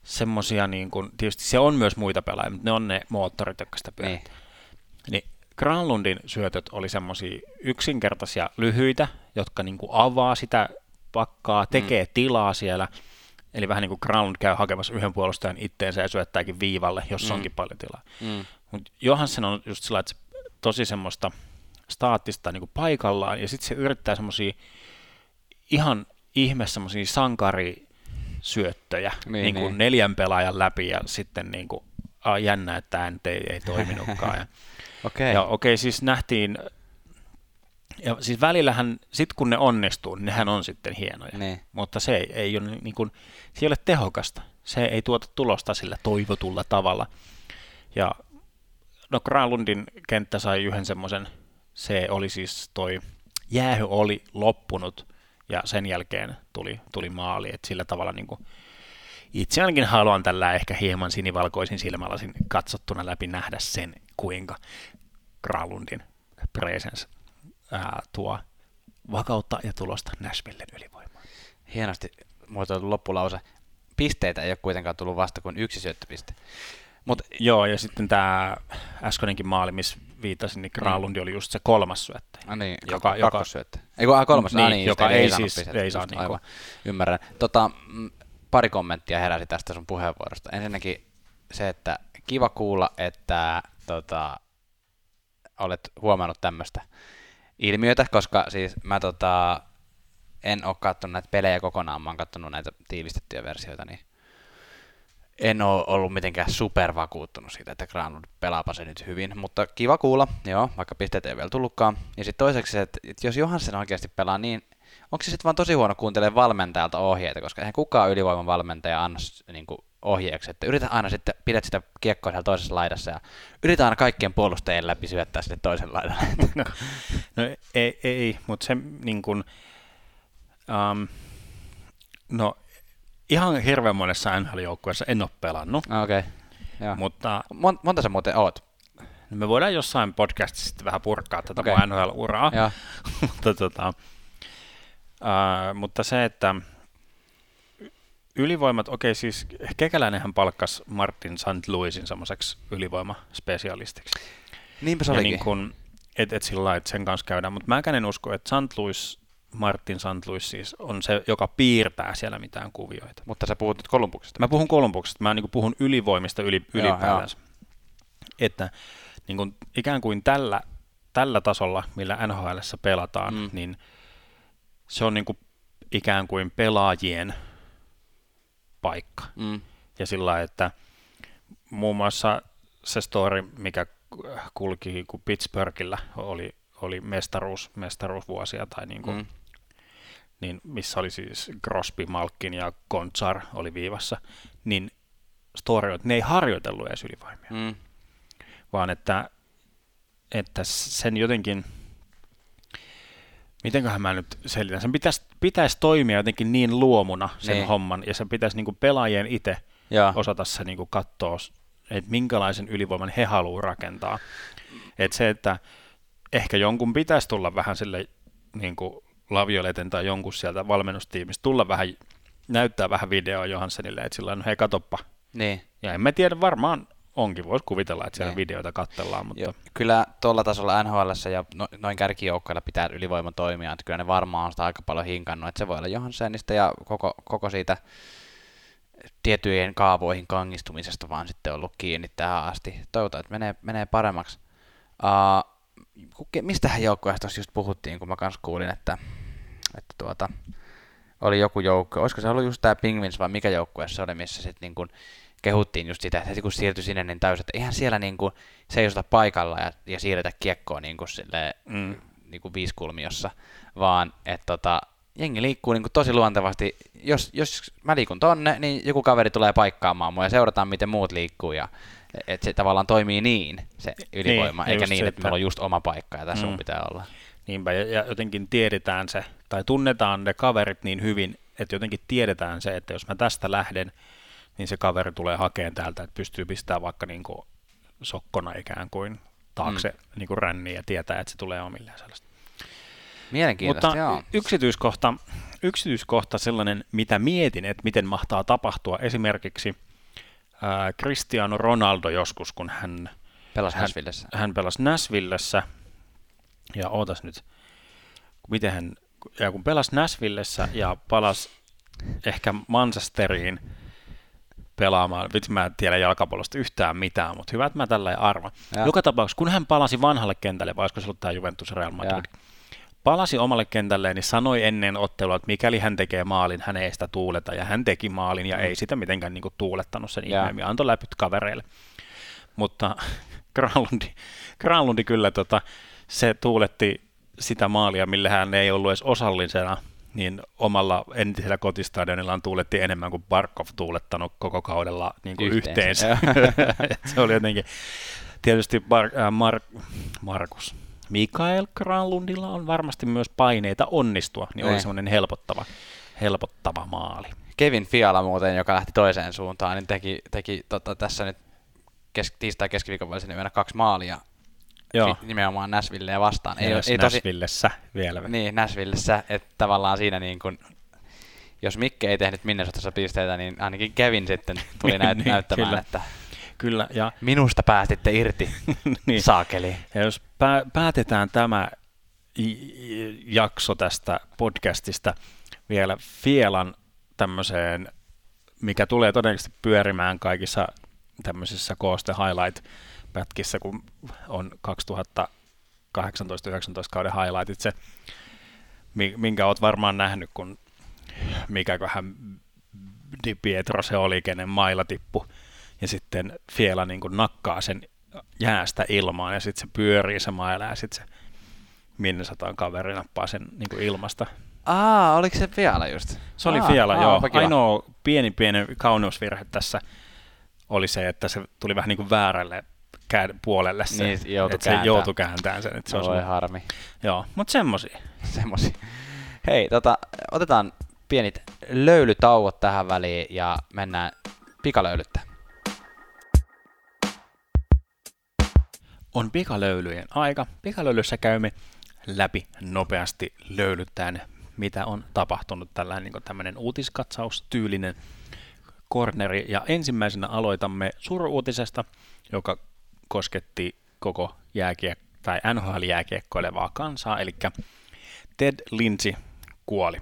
semmosia, niin kuin, tietysti se on myös muita pelaajia, mutta ne on ne moottorit, jotka sitä pyörittää. Niin Granlundin syötöt oli semmosia yksinkertaisia, lyhyitä, jotka niin kuin avaa sitä pakkaa, tekee tilaa siellä. Eli vähän niin kuin Granlund käy hakemassa yhden puolustajan itteensä ja syöttääkin viivalle, jos onkin paljon tilaa. Mutta Johansson on just sillä, että se tosi semmoista staattista niin kuin paikallaan, ja sitten se yrittää semmoisia ihan ihme semmoisia sankarisyöttöjä niin kuin 4 pelaajan läpi, ja sitten niin kuin, jännä, että tämä nyt ei toiminutkaan. Okei, siis nähtiin, ja siis välillähän, sit kun ne onnistuu, niin nehän on sitten hienoja, mutta se ei ole, niin kuin, se ei ole tehokasta, se ei tuota tulosta sillä toivotulla tavalla. Ja no Granlundin kenttä sai yhden semmoisen, se oli siis jäähy oli loppunut, ja sen jälkeen tuli maali, että sillä tavalla niin kuin, itse ainakin haluan tällä ehkä hieman sinivalkoisin silmälasin katsottuna läpi nähdä sen, kuinka Granlundin presence tuo vakautta ja tulosta Nashvillen ylivoimaan. Hienosti muotoiltu loppulause. Pisteitä ei ole kuitenkaan tullut vasta kuin 1 syöttöpiste. Joo, ja sitten tämä äskeinenkin maali, missä viitasin, niin Granlundi oli just se 3. syöttäjä. Niin, kakkossyöttäjä. Ei kun 3. Niin, joka ei saa niin aivan. Ymmärrän. Pari kommenttia heräsi tästä sun puheenvuorosta. Ensinnäkin se, että kiva kuulla, että olet huomannut tämmöistä ilmiötä, koska siis mä en ole katsonut näitä pelejä kokonaan, mä oon katsonut näitä tiivistettyjä versioita, niin en ole ollut mitenkään supervakuuttunut siitä, että Granlund pelaapa se nyt hyvin, mutta kiva kuulla, joo, vaikka pisteet ei vielä tullutkaan. Ja sitten toiseksi se, että jos Johansson oikeasti pelaa niin, onko se sitten vaan tosi huono kuuntelemaan valmentajalta ohjeita, koska eihän kukaan ylivoiman valmentaja anna niin ohjeeksi, että yritä aina sitten, pidät sitä kiekkoa siellä toisessa laidassa ja yritä aina kaikkien puolustajien läpi syöttää sitten toisen laidalle. No ei, mutta se niin kuin, no ihan hirveän monessa NHL-joukkueessa en ole pelannut. Okei. Mutta monta sä muuten oot? Me voidaan jossain podcastissa sitten vähän purkaa tätä mun NHL-uraa. Mutta se, että ylivoimat, siis Kekäläinenhän palkkasi Martin St. Louisin semmoiseksi ylivoimaspesialistiksi. Niinpä se olikin. Niin kun, et sillä lailla, että sen kanssa käydään, mutta mäkään en usko, että Martin St. Louis siis on se, joka piirtää siellä mitään kuvioita. Mutta sä puhut nyt Columbuksesta. Mä puhun Columbuksesta, mä niin puhun ylivoimista ylipäätänsä. Että niin kun, ikään kuin tällä tasolla, millä NHL:ssä pelataan, niin se on niin kuin ikään kuin pelaajien paikka. Ja sillä lailla, että muun muassa se story, mikä kulki, kun Pittsburghillä oli mestaruusvuosia, tai niin kuin, niin missä oli siis Crosby, Malkin ja Gonchar oli viivassa, niin story on, että ne ei harjoitellut edes ylivoimia, vaan että sen jotenkin, mitenköhän mä nyt selitän, sen pitäisi toimia jotenkin niin luomuna sen homman, ja sen pitäisi niinku pelaajien itse osata se niinku katsoa, että minkälaisen ylivoiman he haluaa rakentaa. Että se, että ehkä jonkun pitäisi tulla vähän sille niinku Lavioleten tai jonkun sieltä valmennustiimistä, tulla vähän, näyttää vähän videoa Johanssonille, että sillä on, hei katoppa. Niin. Ja en mä tiedä, varmaan onkin, voisi kuvitella, että siellä videoita katsellaan. Mutta joo, kyllä tuolla tasolla NHL:ssä ja noin kärkijoukkoilla pitää ylivoima toimia, että kyllä ne varmaan on sitä aika paljon hinkannut, että se voi olla Johanssonista ja koko siitä tiettyjen kaavoihin kangistumisesta vaan sitten ollut kiinni tähän asti. Toivotaan, että menee paremmaksi. Mistähän joukkueesta tuossa just puhuttiin, kun mä kans kuulin, että oli joku joukko, olisiko se ollut just tää Penguins vai mikä joukkue se oli, missä sitten niin kun kehuttiin just sitä, että heti kun siirtyi sinne, niin täysin, että eihän siellä niin kuin seisota paikalla ja siirretä kiekkoa niin kuin silleen, niin kuin viisikulmiossa, vaan että jengi liikkuu niin kuin tosi luontevasti. Jos mä liikun tonne, niin joku kaveri tulee paikkaamaan mua ja seurataan, miten muut liikkuu ja että se tavallaan toimii niin, se ylivoima, eikä niin, että meillä on just oma paikka ja tässä sun pitää olla. Niinpä, ja jotenkin tiedetään se, tai tunnetaan ne kaverit niin hyvin, että jotenkin tiedetään se, että jos mä tästä lähden, niin se kaveri tulee hakemaan täältä, että pystyy pistämään vaikka niin kuin sokkona ikään kuin taakse niin kuin ränniin ja tietää, että se tulee omilleen sellaista. Mielenkiintoista, mutta joo. Yksityiskohta sellainen, mitä mietin, että miten mahtaa tapahtua. Esimerkiksi Cristiano Ronaldo joskus, kun hän pelasi Nashvillessä, ja ootas nyt, kun pelasi Nashvillessä ja palasi ehkä Manchesteriin pelaamaan, vitsi mä en tiedä jalkapallosta yhtään mitään, mutta hyvä, että mä tällä arvan. Joka tapauksessa, kun hän palasi vanhalle kentälle, vai olisiko se ollut tämä Juventus Real Madrid, palasi omalle kentälleen, niin sanoi ennen ottelua, että mikäli hän tekee maalin, hän ei sitä tuuleta, ja hän teki maalin, ja ei sitä mitenkään niin kuin tuulettanut sen ihmeemmin, antoi läpyt kavereille. Mutta Granlundi kyllä se tuuletti sitä maalia, millä hän ei ollut edes osallisena, niin omalla entisellä kotistadionillaan tuuletti enemmän kuin Barkov tuulettanut koko kaudella niin kuin yhteensä. Se oli jotenkin, tietysti Markus. Mikael Granlundilla on varmasti myös paineita onnistua, niin oli semmoinen helpottava maali. Kevin Fiala muuten, joka lähti toiseen suuntaan, niin teki tässä nyt tiistai-keskiviikon välisenä yönä 2 maalia. Joo. Nimenomaan Nashvilleä vastaan. Nashvillessä vielä. Niin, Nashvillessä, että tavallaan siinä niin kun, jos Mikke ei tehnyt Minnesotassa pisteitä, niin ainakin Kevin sitten tuli näyttämään, kyllä. Että kyllä, ja minusta päästitte irti, niin. Saakeli. Ja jos päätetään tämä jakso tästä podcastista vielä Fielan tämmöiseen, mikä tulee todennäköisesti pyörimään kaikissa tämmöisissä kooste highlight-pätkissä, kun on 2018-19 kauden highlightit, se, minkä olet varmaan nähnyt, kun mikäköhän Di Pietro se oli, kenen mailla tippu, ja sitten Fiela niin kuin nakkaa sen jäästä ilmaan, ja sitten se pyörii se maila, ja sitten se Minnesotan kaveri nappaa sen niin kuin ilmasta. Oliko se Fiala just? Se oli Fiala, joo. Ainoa pieni kauneusvirhe tässä oli se, että se tuli vähän niin kuin väärälle puolelle se, niin, että se joutui kääntämään sen. Että se oli harmi. Joo, mutta semmosia. Hei, otetaan pienit löylytauot tähän väliin ja mennään pikalöylyttää. On pikalöylyjen aika. Pikalöylyssä käymme läpi nopeasti löylyttäen, mitä on tapahtunut. Tällainen uutiskatsaustyylinen corneri. Ja ensimmäisenä aloitamme suru-uutisesta, joka kosketti koko NHL-jääkiekkoilevaa kansaa. Eli Ted Lindsay kuoli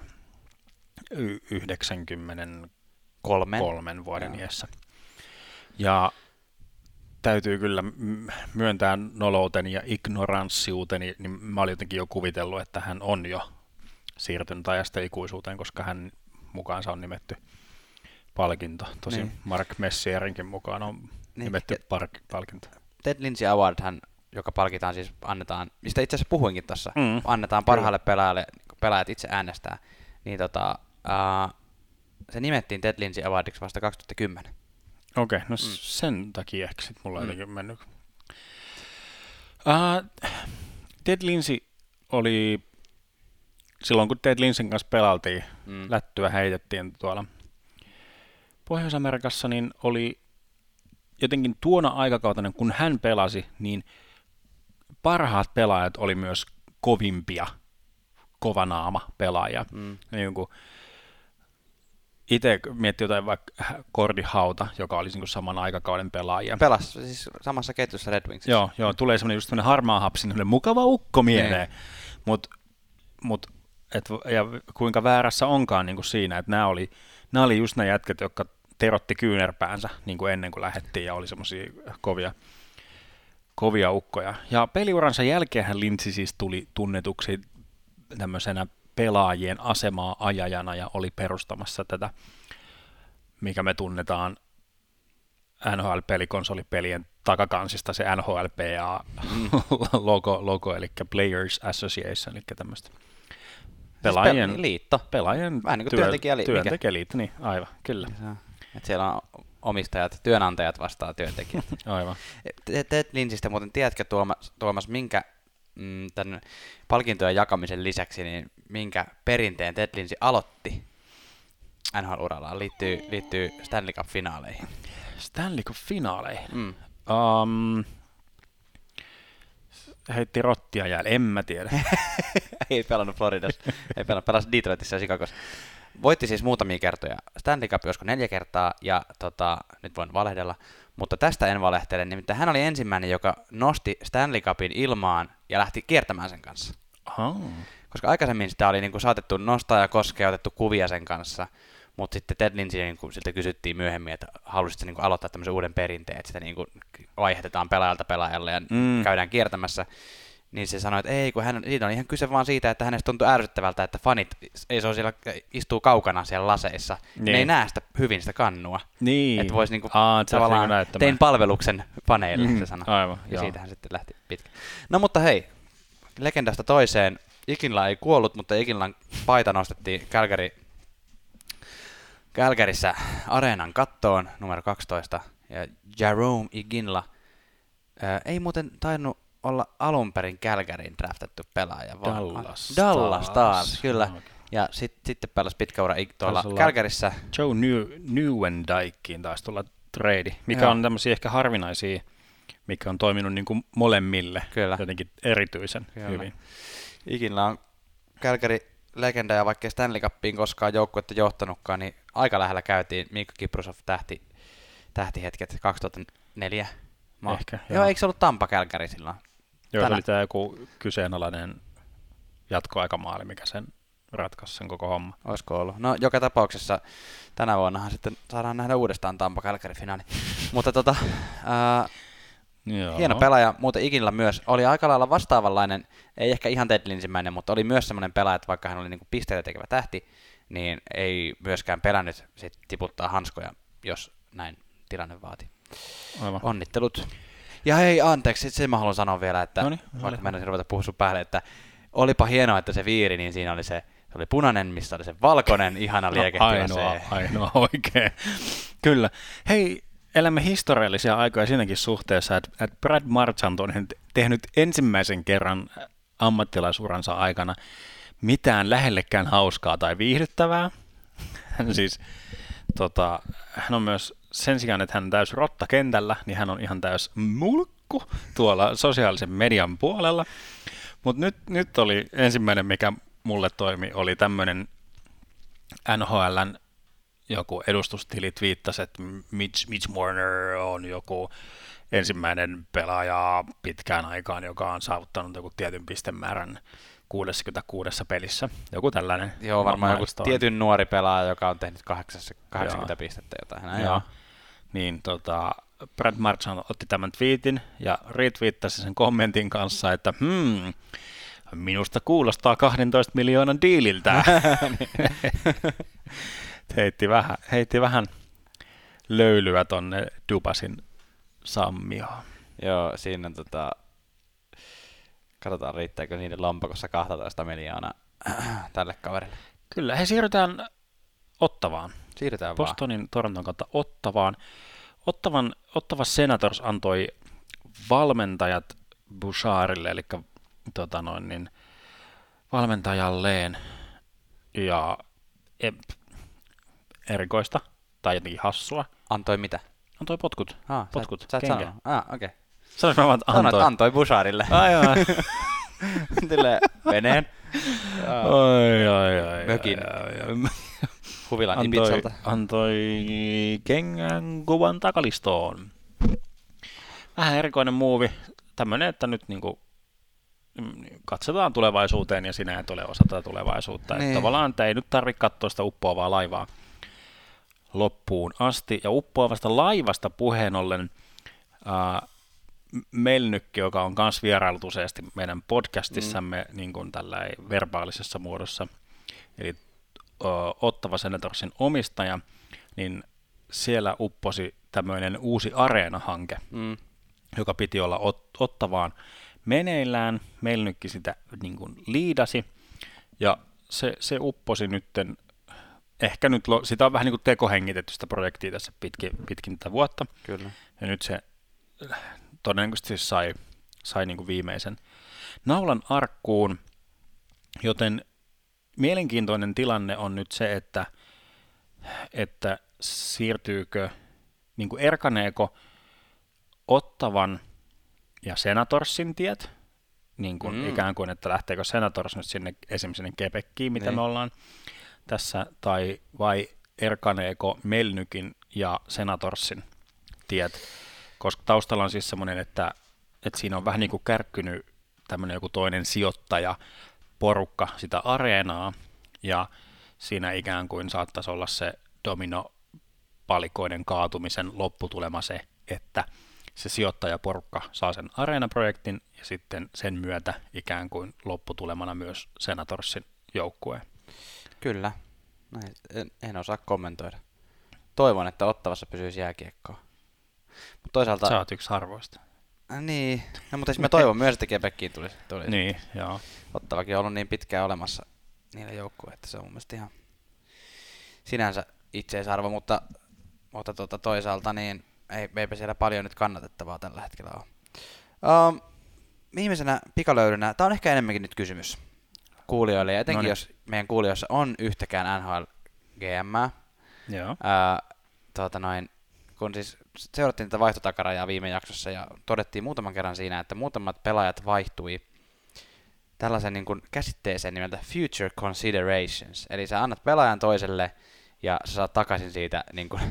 93 vuoden iässä. Ja täytyy kyllä myöntää nolouteni ja ignoranssiuteni, niin mä olin jotenkin jo kuvitellut, että hän on jo siirtynyt ajasta ikuisuuteen, koska hän mukaansa on nimetty palkinto. Tosin niin. Mark Messierinkin mukaan on nimetty palkinto. Ted Lindsay Award, joka palkitaan siis, annetaan, mistä itse asiassa puhuinkin tuossa, annetaan parhaalle pelaajalle, pelaajat itse äänestää, niin se nimettiin Ted Lindsay Awardiksi vasta 2010. Okei, no sen takia ehkä sitten mulla on jotenkin mennyt. Ted Lindsay oli, silloin kun Ted Lindsayn kanssa pelaltiin, lättyä heitettiin tuolla Pohjois-Amerikassa, niin oli jotenkin tuona aikakautena, kun hän pelasi, niin parhaat pelaajat oli myös kovimpia, kovanaama pelaajia. Niin kuin itse miettii jotain vaikka Gordie Howta, joka oli niin kuin saman aikakauden pelaaja. Pelasi siis samassa ketjussa Red Wingsissä. Joo, tulee semmoinen harmaa hapsi, mukava ukko mieleen. Ja kuinka väärässä onkaan niin kuin siinä, että nämä oli just ne jätkät, jotka terotti kyynärpäänsä niin kuin ennen kuin lähdettiin ja oli semmoisia kovia ukkoja. Ja peliuransa jälkeen Lindsay siis tuli tunnetuksi tämmöisenä pelaajien asemaa ajajana ja oli perustamassa tätä, mikä me tunnetaan NHL-pelikonsoli-pelien takakansista, se NHLPA-logo, eli Players Association, eli tämmöistä pelaajien liitto. Vähän niin kuin työntekijäliitto, niin aivan, kyllä. Että siellä on omistajat, työnantajat vastaa työntekijät. Aivan. Ted Lindsaystä muuten tiedätkö, Tuomas, minkä tämän palkintojen jakamisen lisäksi, niin minkä perinteen Ted Lindsay aloitti NHL-urallaan, liittyy Stanley Cup-finaaleihin. Stanley Cup-finaaleihin? Heitti rottia jäälle, en mä tiedä. Ei pelannut Floridassa, pelasi Detroitissa ja Chicagossa. voitti siis muutamia kertoja Stanley Cup, josko 4 kertaa, ja nyt voin valehdella, mutta tästä en valehtele, nimittäin hän oli ensimmäinen, joka nosti Stanley Cupin ilmaan ja lähti kiertämään sen kanssa. Aha. Koska aikaisemmin sitä oli niinku saatettu nostaa ja koskea ja otettu kuvia sen kanssa, mutta sitten Ted Lindsay niinku siltä kysyttiin myöhemmin, että halusitko niinku aloittaa tämmöisen uuden perinteen, että sitä niinku vaihdetaan pelaajalta pelaajalle ja käydään kiertämässä. Niin se sanoi, että ei, kun siitä on ihan kyse vaan siitä, että hänestä tuntuu ärsyttävältä, että fanit ei se ole siellä, istuu kaukana siellä laseissa. Niin. Ne ei näe sitä hyvin sitä kannua. Niin. Että voisi niinku tavallaan tein palveluksen faneille, se sanoi. Aivan, ja siitähän sitten lähti pitkä. No mutta hei, legendasta toiseen. Iginla ei kuollut, mutta Iginlan paita nostettiin Calgaryssä areenan kattoon, numero 12. Ja Jarome Iginla ei muuten tainnut olla alun perin Calgaryin draftattu pelaaja, vaan Dallas Stars, kyllä. Okay. Ja sitten pelasi pitkä ura tuolla Calgaryssä. Joe Nieuwendykiin taisi tulla trade, mikä on tämmöisiä ehkä harvinaisia, mikä on toiminut niin kuin molemmille jotenkin erityisen hyvin. Iginla on Calgary-legenda, ja vaikka Stanley Cupiin koskaan joukkuetta johtanutkaan, niin aika lähellä käytiin Miikka Kiprusov tähtihetket 2004. Ehkä, joo, eikö se ollut Tampa Calgary silloin? Joo, se oli tämä joku kyseenalainen jatkoaikamaali, mikä sen ratkaisi sen koko homma. Olisiko ollut? No, joka tapauksessa tänä vuonnahan sitten saadaan nähdä uudestaan Tampa Calgary-finaali. Mutta hieno pelaaja, muuten Iginla myös. Oli aika lailla vastaavanlainen, ei ehkä ihan Ted Lindsaymäinen, mutta oli myös semmoinen pelaaja, että vaikka hän oli niinku pisteitä tekevä tähti, niin ei myöskään pelännyt sit tiputtaa hanskoja, jos näin tilanne vaati. Aivan. Onnittelut. Ja hei, anteeksi, sen mä haluan sanoa vielä, että vaikka mä en ruveta puhua sun päälle, että olipa hienoa, että se viiri, niin siinä oli se oli punainen, missä oli se valkoinen, ihana liekehtivä ainoa oikein. Kyllä. Hei, elämme historiallisia aikoja siinäkin suhteessa, että Brad Marchand on tehnyt ensimmäisen kerran ammattilaisuransa aikana mitään lähellekään hauskaa tai viihdyttävää. Siis, hän on myös sen sijaan, että hän on täys rotta kentällä, niin hän on ihan täys mulkku tuolla sosiaalisen median puolella. Mutta nyt oli ensimmäinen, mikä mulle toimi, oli tämmöinen NHL:n joku edustustili twiittasi, että Mitch Marner on joku ensimmäinen pelaaja pitkään aikaan, joka on saavuttanut joku tietyn pistemäärän 66 pelissä. Joku tällainen. Joo, varmaan joku tietyn nuori pelaaja, joka on tehnyt 80 pistettä jotain. Joo. Niin Brad Marchand otti tämän tweetin ja retweettasi sen kommentin kanssa, että minusta kuulostaa 12 miljoonan diililtä. heitti vähän löylyä tonne Dubasin Sammioon. Joo, siinä katsotaan riittääkö niiden lompakossa 12 miljoonaa tälle kaverille. Kyllä, he siirrytään Ottavaan. Siirrytään Bostonin Toronton kautta Ottavaan. Ottava Senators antoi valmentajat Bouchardille, eli valmentajalleen, ja erikoista tai jotenkin hassua. Antoi mitä? Antoi potkut. Potkut. Sä et sanonut. okei. Sanoinko mä vaan, että antoi? Antoi Bouchardille. Aivan. Silleen veneen. Ai. Mökin. Huvilan Ibizalta. Antoi kengän kuvan takalistoon. Vähän erikoinen muuvi. Tämmönen, että nyt niinku katsotaan tulevaisuuteen ja sinä et ole osa tätä tulevaisuutta. Niin. Tavallaan ei nyt tarvitse katsoa sitä uppoavaa laivaa loppuun asti. Ja uppoavasta laivasta puheen ollen Melnykki, joka on myös vierailut useasti meidän podcastissamme niin kuin tällä verbaalisessa muodossa, eli Ottava Senatorsin omistaja, niin siellä upposi tämmöinen uusi Areena-hanke, joka piti olla Ottavaan meneillään. Melnykki sitä niin kuin liidasi, ja se upposi nytten, ehkä nyt, sitä on vähän niin kuin tekohengitetty sitä projektia tässä pitkin tätä vuotta. Kyllä. Ja nyt se todennäköisesti sai niin kuin viimeisen naulan arkkuun, joten mielenkiintoinen tilanne on nyt se, että siirtyykö, niin kuin erkaneeko Ottavan ja Senatorsin tiet, niin kuin ikään kuin, että lähteekö Senators nyt sinne esimerkiksi sinne Quebeciin, mitä me ollaan, tässä, vai erkaneeko Melnykin ja Senatorsin tiet, koska taustalla on siis semmoinen, että siinä on vähän niin kuin kärkkynyt tämmöinen joku toinen sijoittaja, porukka sitä areenaa, ja siinä ikään kuin saattaisi olla se dominopalikoiden kaatumisen lopputulema se, että se sijoittajaporukka saa sen areenaprojektin, ja sitten sen myötä ikään kuin lopputulemana myös Senatorsin joukkueen. Kyllä. En osaa kommentoida. Toivon, että Ottavassa pysyisi jääkiekkoa. Mutta toisaalta... Sä oot yksi harvoista. Niin, no, mutta siis mä toivon myös, että Quebeciin tulisi. Niin, joo. Ottavakin on ollut niin pitkään olemassa niillä joukkueilla, että se on mun mielestä ihan sinänsä itseisarvo, mutta toisaalta niin eipä siellä paljon nyt kannatettavaa tällä hetkellä ole. Viimeisenä pikalöydynä, tää on ehkä enemmänkin nyt kysymys kuulijoille, ja etenkin jos meidän kuulijoissa on yhtäkään NHL GM:ää. Joo. Kun siis seurattiin tätä vaihtotakarajaa viime jaksossa ja todettiin muutaman kerran siinä, että muutamat pelaajat vaihtui tällaisen niin kuin käsitteeseen nimeltä future considerations. Eli sä annat pelaajan toiselle ja sä saat takaisin siitä,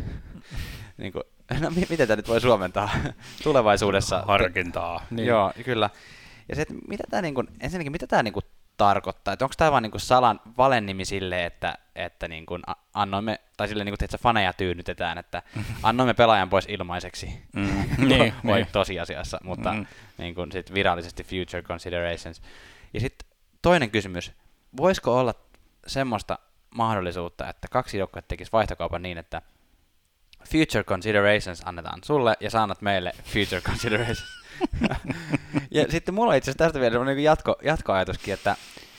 no miten tämä nyt voi suomentaa tulevaisuudessa? Harkintaa. Niin. Joo, kyllä. Ja se, että ensinnäkin mitä tämä tarkoittaa, että onko tämä vaan salan valennimi sille, että annoimme, tai sille että faneja tyynnytetään, että annoimme pelaajan pois ilmaiseksi, niin, tosiasiassa, mutta sit virallisesti future considerations. Ja sitten toinen kysymys, voisiko olla semmoista mahdollisuutta, että kaksi joukkuetta tekisi vaihtokaupan niin, että future considerations annetaan sulle ja sä annat meille future considerations. Ja sitten mulla on itse asiassa tästä vielä sellainen jatkoajatuskin, että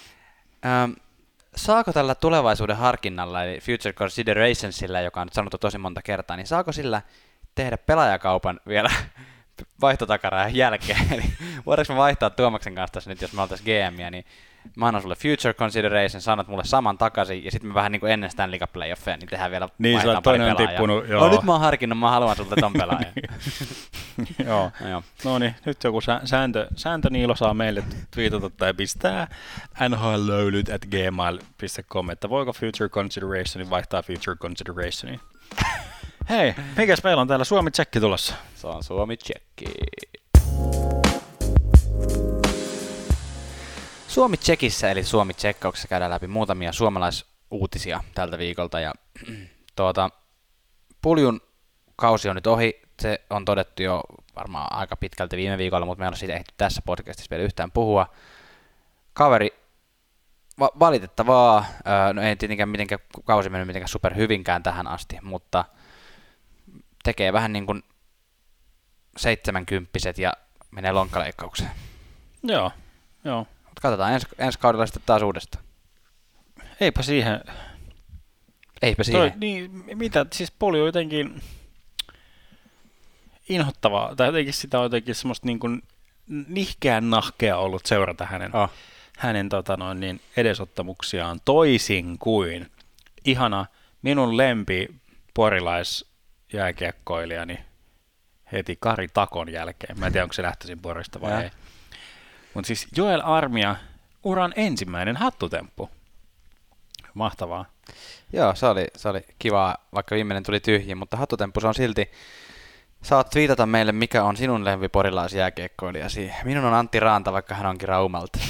saako tällä tulevaisuuden harkinnalla, eli future considerationsilla, joka on nyt sanottu tosi monta kertaa, niin saako sillä tehdä pelaajakaupan vielä vaihtotakaran jälkeen? Eli voidaanko me vaihtaa Tuomaksen kanssa tässä nyt, jos me oltaisiin GM:iä, niin mä annan sulle future consideration, sanot mulle saman takaisin, ja sitten me vähän niin kuin ennen Stanley Cup playoffeja, niin tehdään vielä vaihdetaan pari pelaajaa. Tippunut, joo. Nyt mä oon harkinnut, mä haluan sulta ton pelaajan. Joo. No niin, nyt joku sääntö Niilo saa meille twiitata tai pistää nhlöylyt@gmail.com, että voiko future consideration vaihtaa future considerationiin. Hei, mikäs meillä on täällä Suomi-Tsekki tulossa? Se on Suomi-Tsekki. Suomi-Tsekissä eli Suomi-Tsekkauksessa käydään läpi muutamia suomalaisuutisia tältä viikolta. Ja Puljun kausi on nyt ohi. Se on todettu jo varmaan aika pitkälti viime viikolla, mutta me ei ole siitä ehty tässä podcastissa vielä yhtään puhua. Kaveri, valitettavaa, no ei tietenkään mitenkään kausi mennyt mitenkään super hyvinkään tähän asti, mutta tekee vähän niin kuin 70 ja menee lonkkaleikkaukseen. Joo. Katsotaan ensi kaudella sitten taas uudestaan. Eipä siihen. Mitä, siis Pulju on jotenkin inhottavaa, tai jotenkin sitä on jotenkin semmoista niin kuin nihkeän nahkea ollut seurata hänen edesottamuksiaan toisin kuin ihana minun lempi porilaisjääkiekkoilijani heti Kari Takon jälkeen. Mä en tiedä, onko se lähtöisin Porista vai ei. Mutta siis Joel Armia, uran ensimmäinen hattutemppu. Mahtavaa. Joo, se oli kivaa, vaikka viimeinen tuli tyhjiin, mutta hattutemppu se on silti. Saat twiitata meille, mikä on sinun lempiporilaisjääkiekkoilijasi. Minun on Antti Raanta, vaikka hän onkin Raumalta.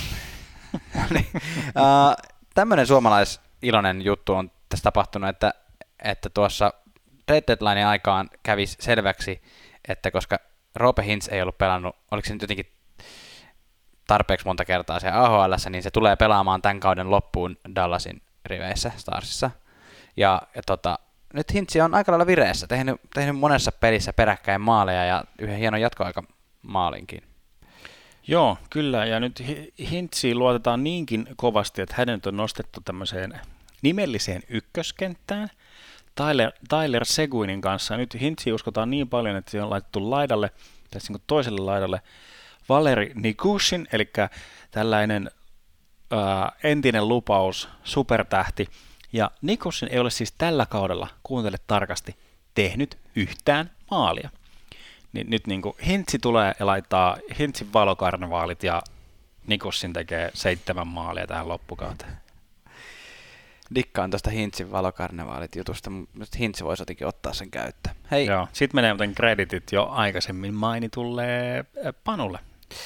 Tämmöinen suomalaisiloinen juttu on tässä tapahtunut, että tuossa trade deadlinein aikaan kävi selväksi, että koska Roope Hintz ei ollut pelannut, oliko se nyt jotenkin tarpeeksi monta kertaa siellä AHL:ssä, niin se tulee pelaamaan tämän kauden loppuun Dallasin riveissä, Starsissa. Ja nyt Hintzi on aika lailla vireessä, tehnyt monessa pelissä peräkkäin maaleja ja yhden hienon jatkoaikamaalinkin. Joo, kyllä, ja nyt Hintziin luotetaan niinkin kovasti, että hänet on nostettu tämmöiseen nimelliseen ykköskenttään Tyler Seguinin kanssa. Nyt Hintziin uskotaan niin paljon, että se on laitettu laidalle, tässä niin toiselle laidalle, Valeri Nikushin, eli tällainen entinen lupaus, supertähti. Ja Nikushin ei ole siis tällä kaudella, kuuntele tarkasti, tehnyt yhtään maalia. Niin nyt niin kuin Hintzi tulee ja laittaa Hintzin valokarnevaalit ja Nikushin tekee 7 maalia tähän loppukauteen. Dikkaan tuosta Hintsin valokarnevaalit jutusta, mutta Hintsi voisi jotenkin ottaa sen käyttöön. Hei. Joo, sitten menee muuten kreditit jo aikaisemmin mainitulle Panulle.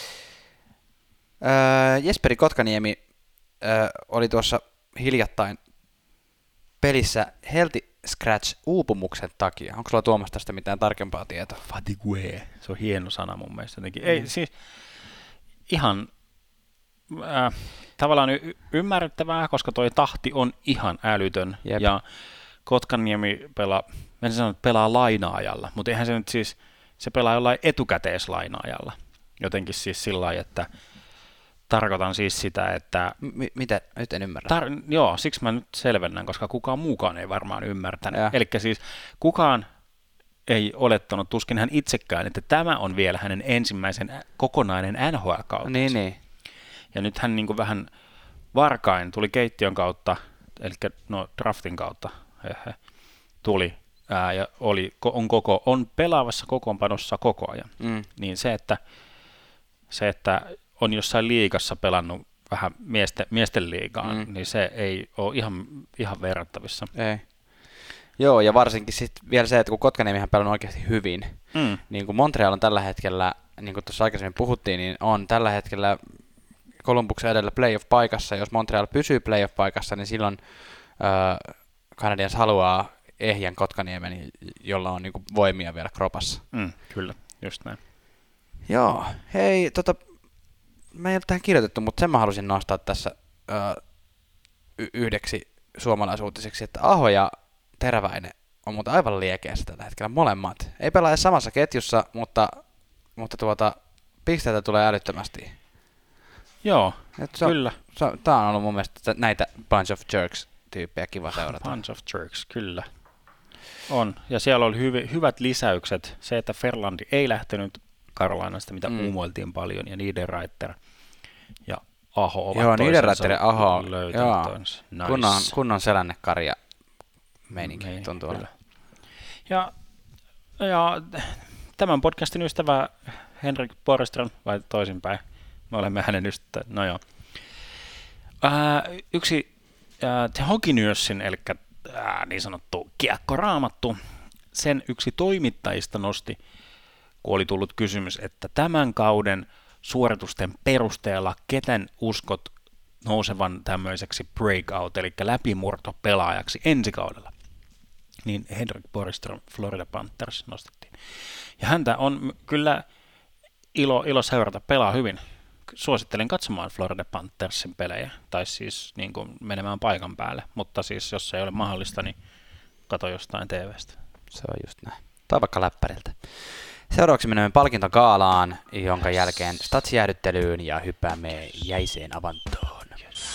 Jesperi Kotkaniemi oli tuossa hiljattain pelissä Healthy Scratch-uupumuksen takia. Onko sulla Tuomas tästä mitään tarkempaa tietoa? Fatigue. Se on hieno sana mun mielestä jotenkin. Ei, siis ihan tavallaan ymmärrettävää, koska toi tahti on ihan älytön. Jep. Ja Kotkaniemi pelaa lainaajalla, mutta eihän se nyt siis, se pelaa jollain etukäteislainaajalla. Jotenkin siis sillä lailla, että tarkoitan siis sitä, että... Mitä? Nyt en ymmärrä. Joo, siksi mä nyt selvennän, koska kukaan muukaan ei varmaan ymmärtänyt. Eli siis kukaan ei olettanut, tuskin hän itsekään, että tämä on vielä hänen ensimmäisen kokonainen NHL-kautta. Niin. Ja nyt hän niin kuin vähän varkain tuli keittiön kautta, eli draftin kautta tuli ja on pelaavassa kokoonpanossa koko ajan. Niin se, että on jossain liigassa pelannut vähän miesten liigaan, niin se ei ole ihan verrattavissa. Ei. Joo, ja varsinkin sitten vielä se, että kun Kotkaniemihän pelannut oikeasti hyvin, niin kuin Montreal on tällä hetkellä, niin kuin tuossa aikaisemmin puhuttiin, niin on tällä hetkellä Columbuksen edellä playoff-paikassa. Jos Montreal pysyy playoff-paikassa, niin silloin Canadiens haluaa ehjän Kotkaniemen, jolla on niin kuin voimia vielä kropassa. Kyllä, just näin. Joo, hei, mä en ole tähän kirjoitettu, mutta sen mä halusin nostaa tässä yhdeksi suomalaisuutiseksi, että Aho ja Teräväinen on muuten aivan liekeessä tällä hetkellä molemmat. Ei pelaa edes samassa ketjussa, mutta pisteitä tulee älyttömästi. Joo, kyllä. Tää on ollut mun mielestä näitä Bunch of Jerks-tyyppejä kiva seurata. Bunch of Jerks, kyllä. On, ja siellä oli hyvät lisäykset. Se, että Ferlandi ei lähtenyt Carolinasta, mitä uumoiltiin paljon, ja Niederreiter ja Aho ovat joo, Niederreiter ja Aho, joo, nice. kunnon selännekarja meininki tuntuu olla. Ja tämän podcastin ystävä Henrik Borgström, vai toisinpäin, me olemme hänen ystävä, no joo. Yksi The Hockey Newsin, eli niin sanottu kiekkoraamattu, sen yksi toimittajista nosti, kun oli tullut kysymys, että tämän kauden suoritusten perusteella keten uskot nousevan tämmöiseksi breakout, eli läpimurtopelaajaksi ensi kaudella, niin Henrik Borgström, Florida Panthers nostettiin. Ja häntä on kyllä ilo seurata, pelaa hyvin. Suosittelen katsomaan Florida Panthersin pelejä, tai siis niin kuin menemään paikan päälle, mutta siis jos ei ole mahdollista, niin kato jostain TV:stä. Se on just näin. Tai vaikka läppäriltä. Seuraavaksi menemme palkintogaalaan, jonka jälkeen statsjäädyttelyyn ja hyppäämme jäiseen avantoon.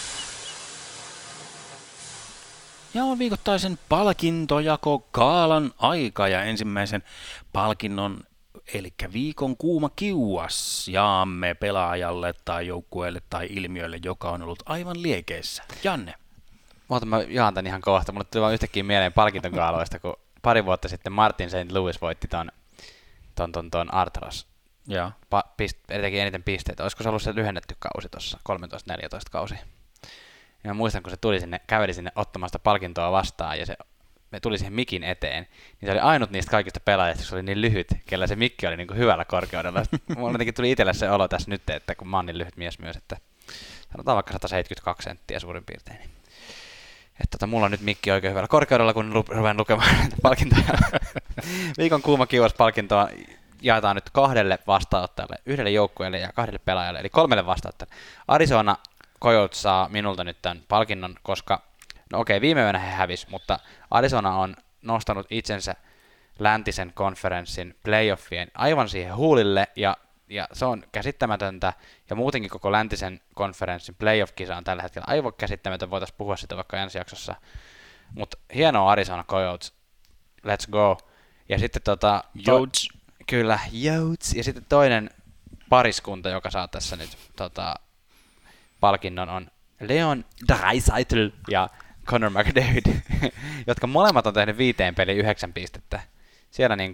Ja on viikoittaisen palkintojako-gaalan aika ja ensimmäisen palkinnon, eli viikon kuuma kiuas, jaamme pelaajalle tai joukkueelle tai ilmiölle, joka on ollut aivan liekeissä. Janne. Mä jaan tän ihan kohta. Mulle tuli vaan yhtäkkiä mieleen palkintogaaloista, kun pari vuotta sitten Martin St. Louis voitti ton Artros. Joo. Teki eniten pisteitä. Olisiko se ollut se lyhennetty kausi tuossa, 13-14 kausi? Ja mä muistan, kun se käveli sinne ottamaan sitä palkintoa vastaan ja me tuli siihen mikin eteen, niin se oli ainut niistä kaikista pelaajista, kun se oli niin lyhyt, kellä se mikki oli niin kuin hyvällä korkeudella. Mulla jotenkin tuli itselle se olo tässä nyt, että kun mä oon niin lyhyt mies myös, että sanotaan vaikka 172 senttiä suurin piirtein. Että mulla on nyt mikki oikein hyvällä korkeudella, kun ruven lukemaan näitä palkintoja. Viikon kuuma kiuas-palkintoa jaetaan nyt 2 vastaanottajalle, 1 joukkueelle ja 2 pelaajalle, eli 3 vastaanottajalle. Arizona Coyotes saa minulta nyt tämän palkinnon, koska, no okei, viime yönä he hävisi, mutta Arizona on nostanut itsensä läntisen konferenssin playoffien aivan siihen huulille, ja se on käsittämätöntä, ja muutenkin koko läntisen konferenssin playoff-kisa on tällä hetkellä aivan käsittämätön, voitaisiin puhua sitä vaikka ensi jaksossa, mutta hienoa Arizona Coyotes, let's go. Ja sitten Yotes. Kyllä, Yotes. Ja sitten toinen pariskunta, joka saa tässä nyt palkinnon, on Leon Draisaitl ja Connor McDavid, jotka molemmat on tehnyt 5 peliin 9 pistettä. Siellä niin kuin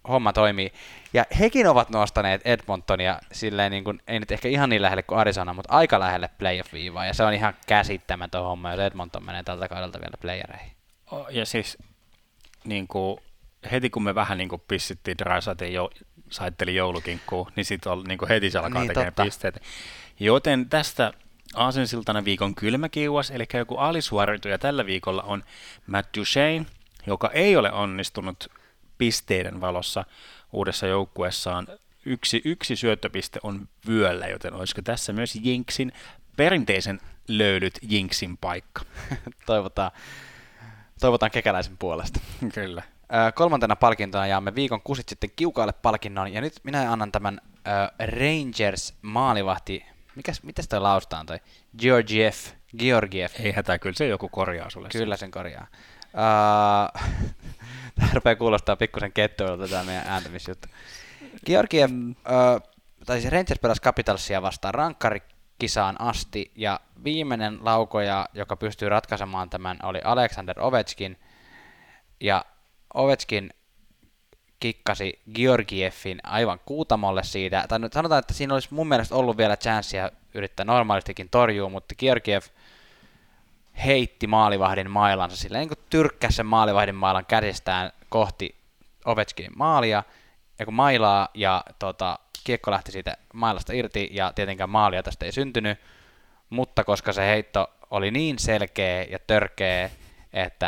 homma toimii. Ja hekin ovat nostaneet Edmontonia silleen, niin kuin, ei nyt ehkä ihan niin lähelle kuin Arizona, mutta aika lähelle playoff-viivaa. Ja se on ihan käsittämätön homma, jos Edmonton menee tältä kaudelta vielä playereihin. Ja siis niin kuin, heti kun me vähän niin kuin pissittiin Draisaitl saitteli joulukinkkuun, niin sitten niin heti se alkaa tekemään pisteitä. Joten tästä aasinsiltana viikon kylmäkiuas, eli joku alisuorituja tällä viikolla on Matt Duchene, joka ei ole onnistunut pisteiden valossa uudessa joukkueessaan. Yksi syöttöpiste on vyöllä, joten olisiko tässä myös Jinksin perinteisen löydyt Jinksin paikka? Toivotaan kekäläisen puolesta. Kyllä. Kolmantena palkintona jaamme viikon kusit sitten kiukaalle palkinnon, ja nyt minä annan tämän Rangers maalivahti, mitäs toi laustaan toi? Georgiev. Ei hätää, kyllä se joku korjaa sulle. Kyllä sen korjaa. Tämä rupeaa kuulostaa pikkusen kettuilta tämä meidän ääntämisjuttu. Georgiev, tai siis Rangers pelasi Capitalsia vastaan rankkarikisaan asti, ja viimeinen laukoja, joka pystyy ratkaisemaan tämän, oli Alexander Ovechkin, ja Ovechkin kikkasi Georgievin aivan kuutamolle siitä, tai nyt sanotaan, että siinä olisi mun mielestä ollut vielä chanssia yrittää normaalistikin torjua, mutta Georgiev heitti maalivahdin mailansa, sillä niin kuin tyrkkäsi sen maalivahdin mailan käsistään kohti Ovechkinin maalia, ja kun mailaa, ja kiekko lähti siitä mailasta irti, ja tietenkään maalia tästä ei syntynyt, mutta koska se heitto oli niin selkeä ja törkeä, että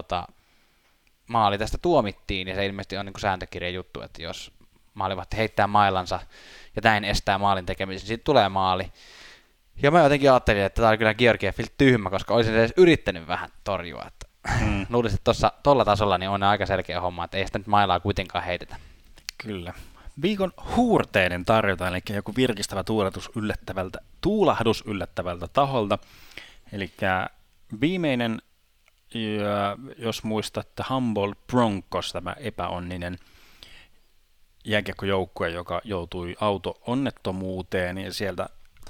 maali tästä tuomittiin, ja se ilmeisesti on niin kuin sääntökirjan juttu, että jos maalivahti heittää mailansa ja näin estää maalin tekemisen, niin siitä tulee maali. Ja mä jotenkin ajattelin, että tämä oli kyllä Georgieville tyhmä, koska olisin edes yrittänyt vähän torjua. Luulisin, että tuolla tasolla niin on aika selkeä homma, että ei sitä nyt mailaa kuitenkaan heitetä. Kyllä. Viikon huurteinen tarjota, eli joku virkistävä tuulahdus yllättävältä taholta. Eli viimeinen, jos muistatte, Humboldt Broncos, tämä epäonninen jääkiekkojoukkue, joka joutui auto-onnettomuuteen, ja sieltä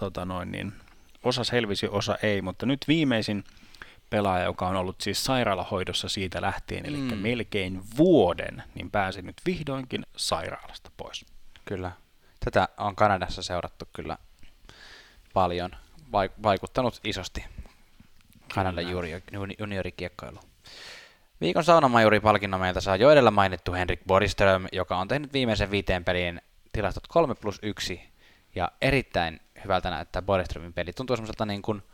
osa selvisi, osa ei, mutta nyt viimeisin pelaaja, joka on ollut siis sairaalahoidossa siitä lähtien, eli melkein vuoden, niin pääsi nyt vihdoinkin sairaalasta pois. Kyllä. Tätä on Kanadassa seurattu kyllä paljon, vaikuttanut isosti Kanadan juniorikiekkoiluun. Viikon saunamajuri-palkinnon meiltä saa jo edellä mainittu Henrik Borgström, joka on tehnyt viimeisen 5 peliin tilastot 3+1, ja erittäin hyvältä näyttää Borgströmin peli. Tuntuu semmoiselta niin kuin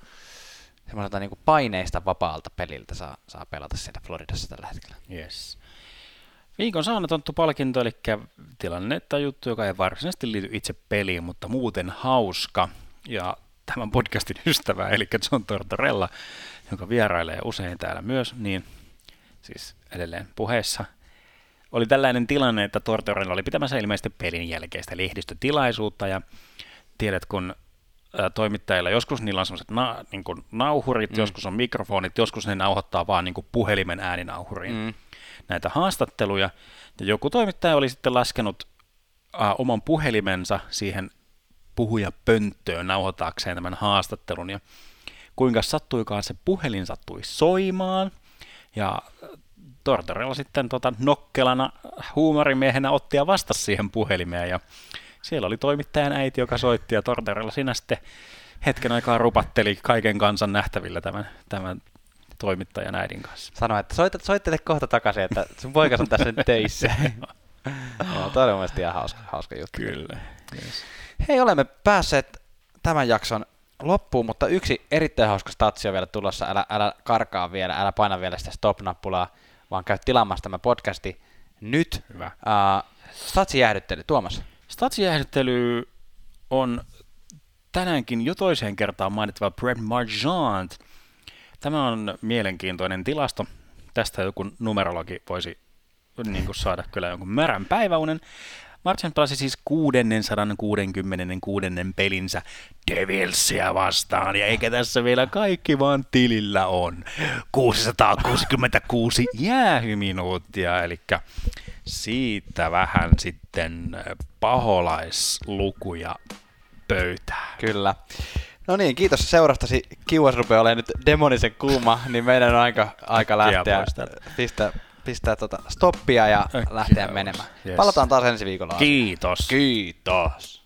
paineista vapaalta peliltä saa pelata siellä Floridassa tällä hetkellä. Yes. Viikon saunatonttu palkinto, eli tilanne tai juttu, joka ei varsinaisesti liity itse peliin, mutta muuten hauska. Ja tämän podcastin ystävä, eli John Tortorella, joka vierailee usein täällä myös, niin siis edelleen puheessa, oli tällainen tilanne, että Tortorella oli pitämässä ilmeisesti pelin jälkeistä lehdistötilaisuutta, ja tiedät, kun toimittajilla joskus niillä on sellaiset niin nauhurit, joskus on mikrofonit, joskus ne nauhoittaa vaan niin puhelimen ääninauhuriin näitä haastatteluja, ja joku toimittaja oli sitten laskenut oman puhelimensa siihen puhujapönttöön nauhoitaakseen tämän haastattelun, ja kuinka sattuikaan se puhelin sattui soimaan, ja Tortorella sitten nokkelana huumorimiehenä otti ja vastasi siihen puhelimeen, ja siellä oli toimittajan äiti, joka soitti, ja Tortorella siinä sitten hetken aikaa rupatteli kaiken kansan nähtävillä tämän toimittajan äidin kanssa. Sano, että soittele kohta takaisin, että sun poikas on tässä nyt töissä. Joo, toi on mielestäni ihan hauska juttu. Kyllä. Yes. Hei, olemme päässeet tämän jakson loppuun, mutta yksi erittäin hauska statsi on vielä tulossa. Älä karkaa vielä, älä paina vielä sitä stop-nappulaa, vaan käy tilaamassa tämä podcasti nyt. Hyvä. Statsijäähdyttely, Tuomas. Statsijäähdyttely on tänäänkin jo toiseen kertaan mainittava Brett Marchand. Tämä on mielenkiintoinen tilasto. Tästä joku numerologi voisi saada kyllä jonkun märän päiväunen. Marchand pelasi siis 666. pelinsä Devilsia vastaan, ja eikä tässä vielä kaikki vaan tilillä on 666 jäähyminuuttia, eli siitä vähän sitten paholaislukuja pöytään. Kyllä. No niin, kiitos seurastasi. Kiuas rupeaa olemaan nyt demonisen kuuma, niin meidän on aika lähteä pistää stoppia ja lähteä menemään. Yes. Palataan taas ensi viikolla. Kiitos. Kiitos.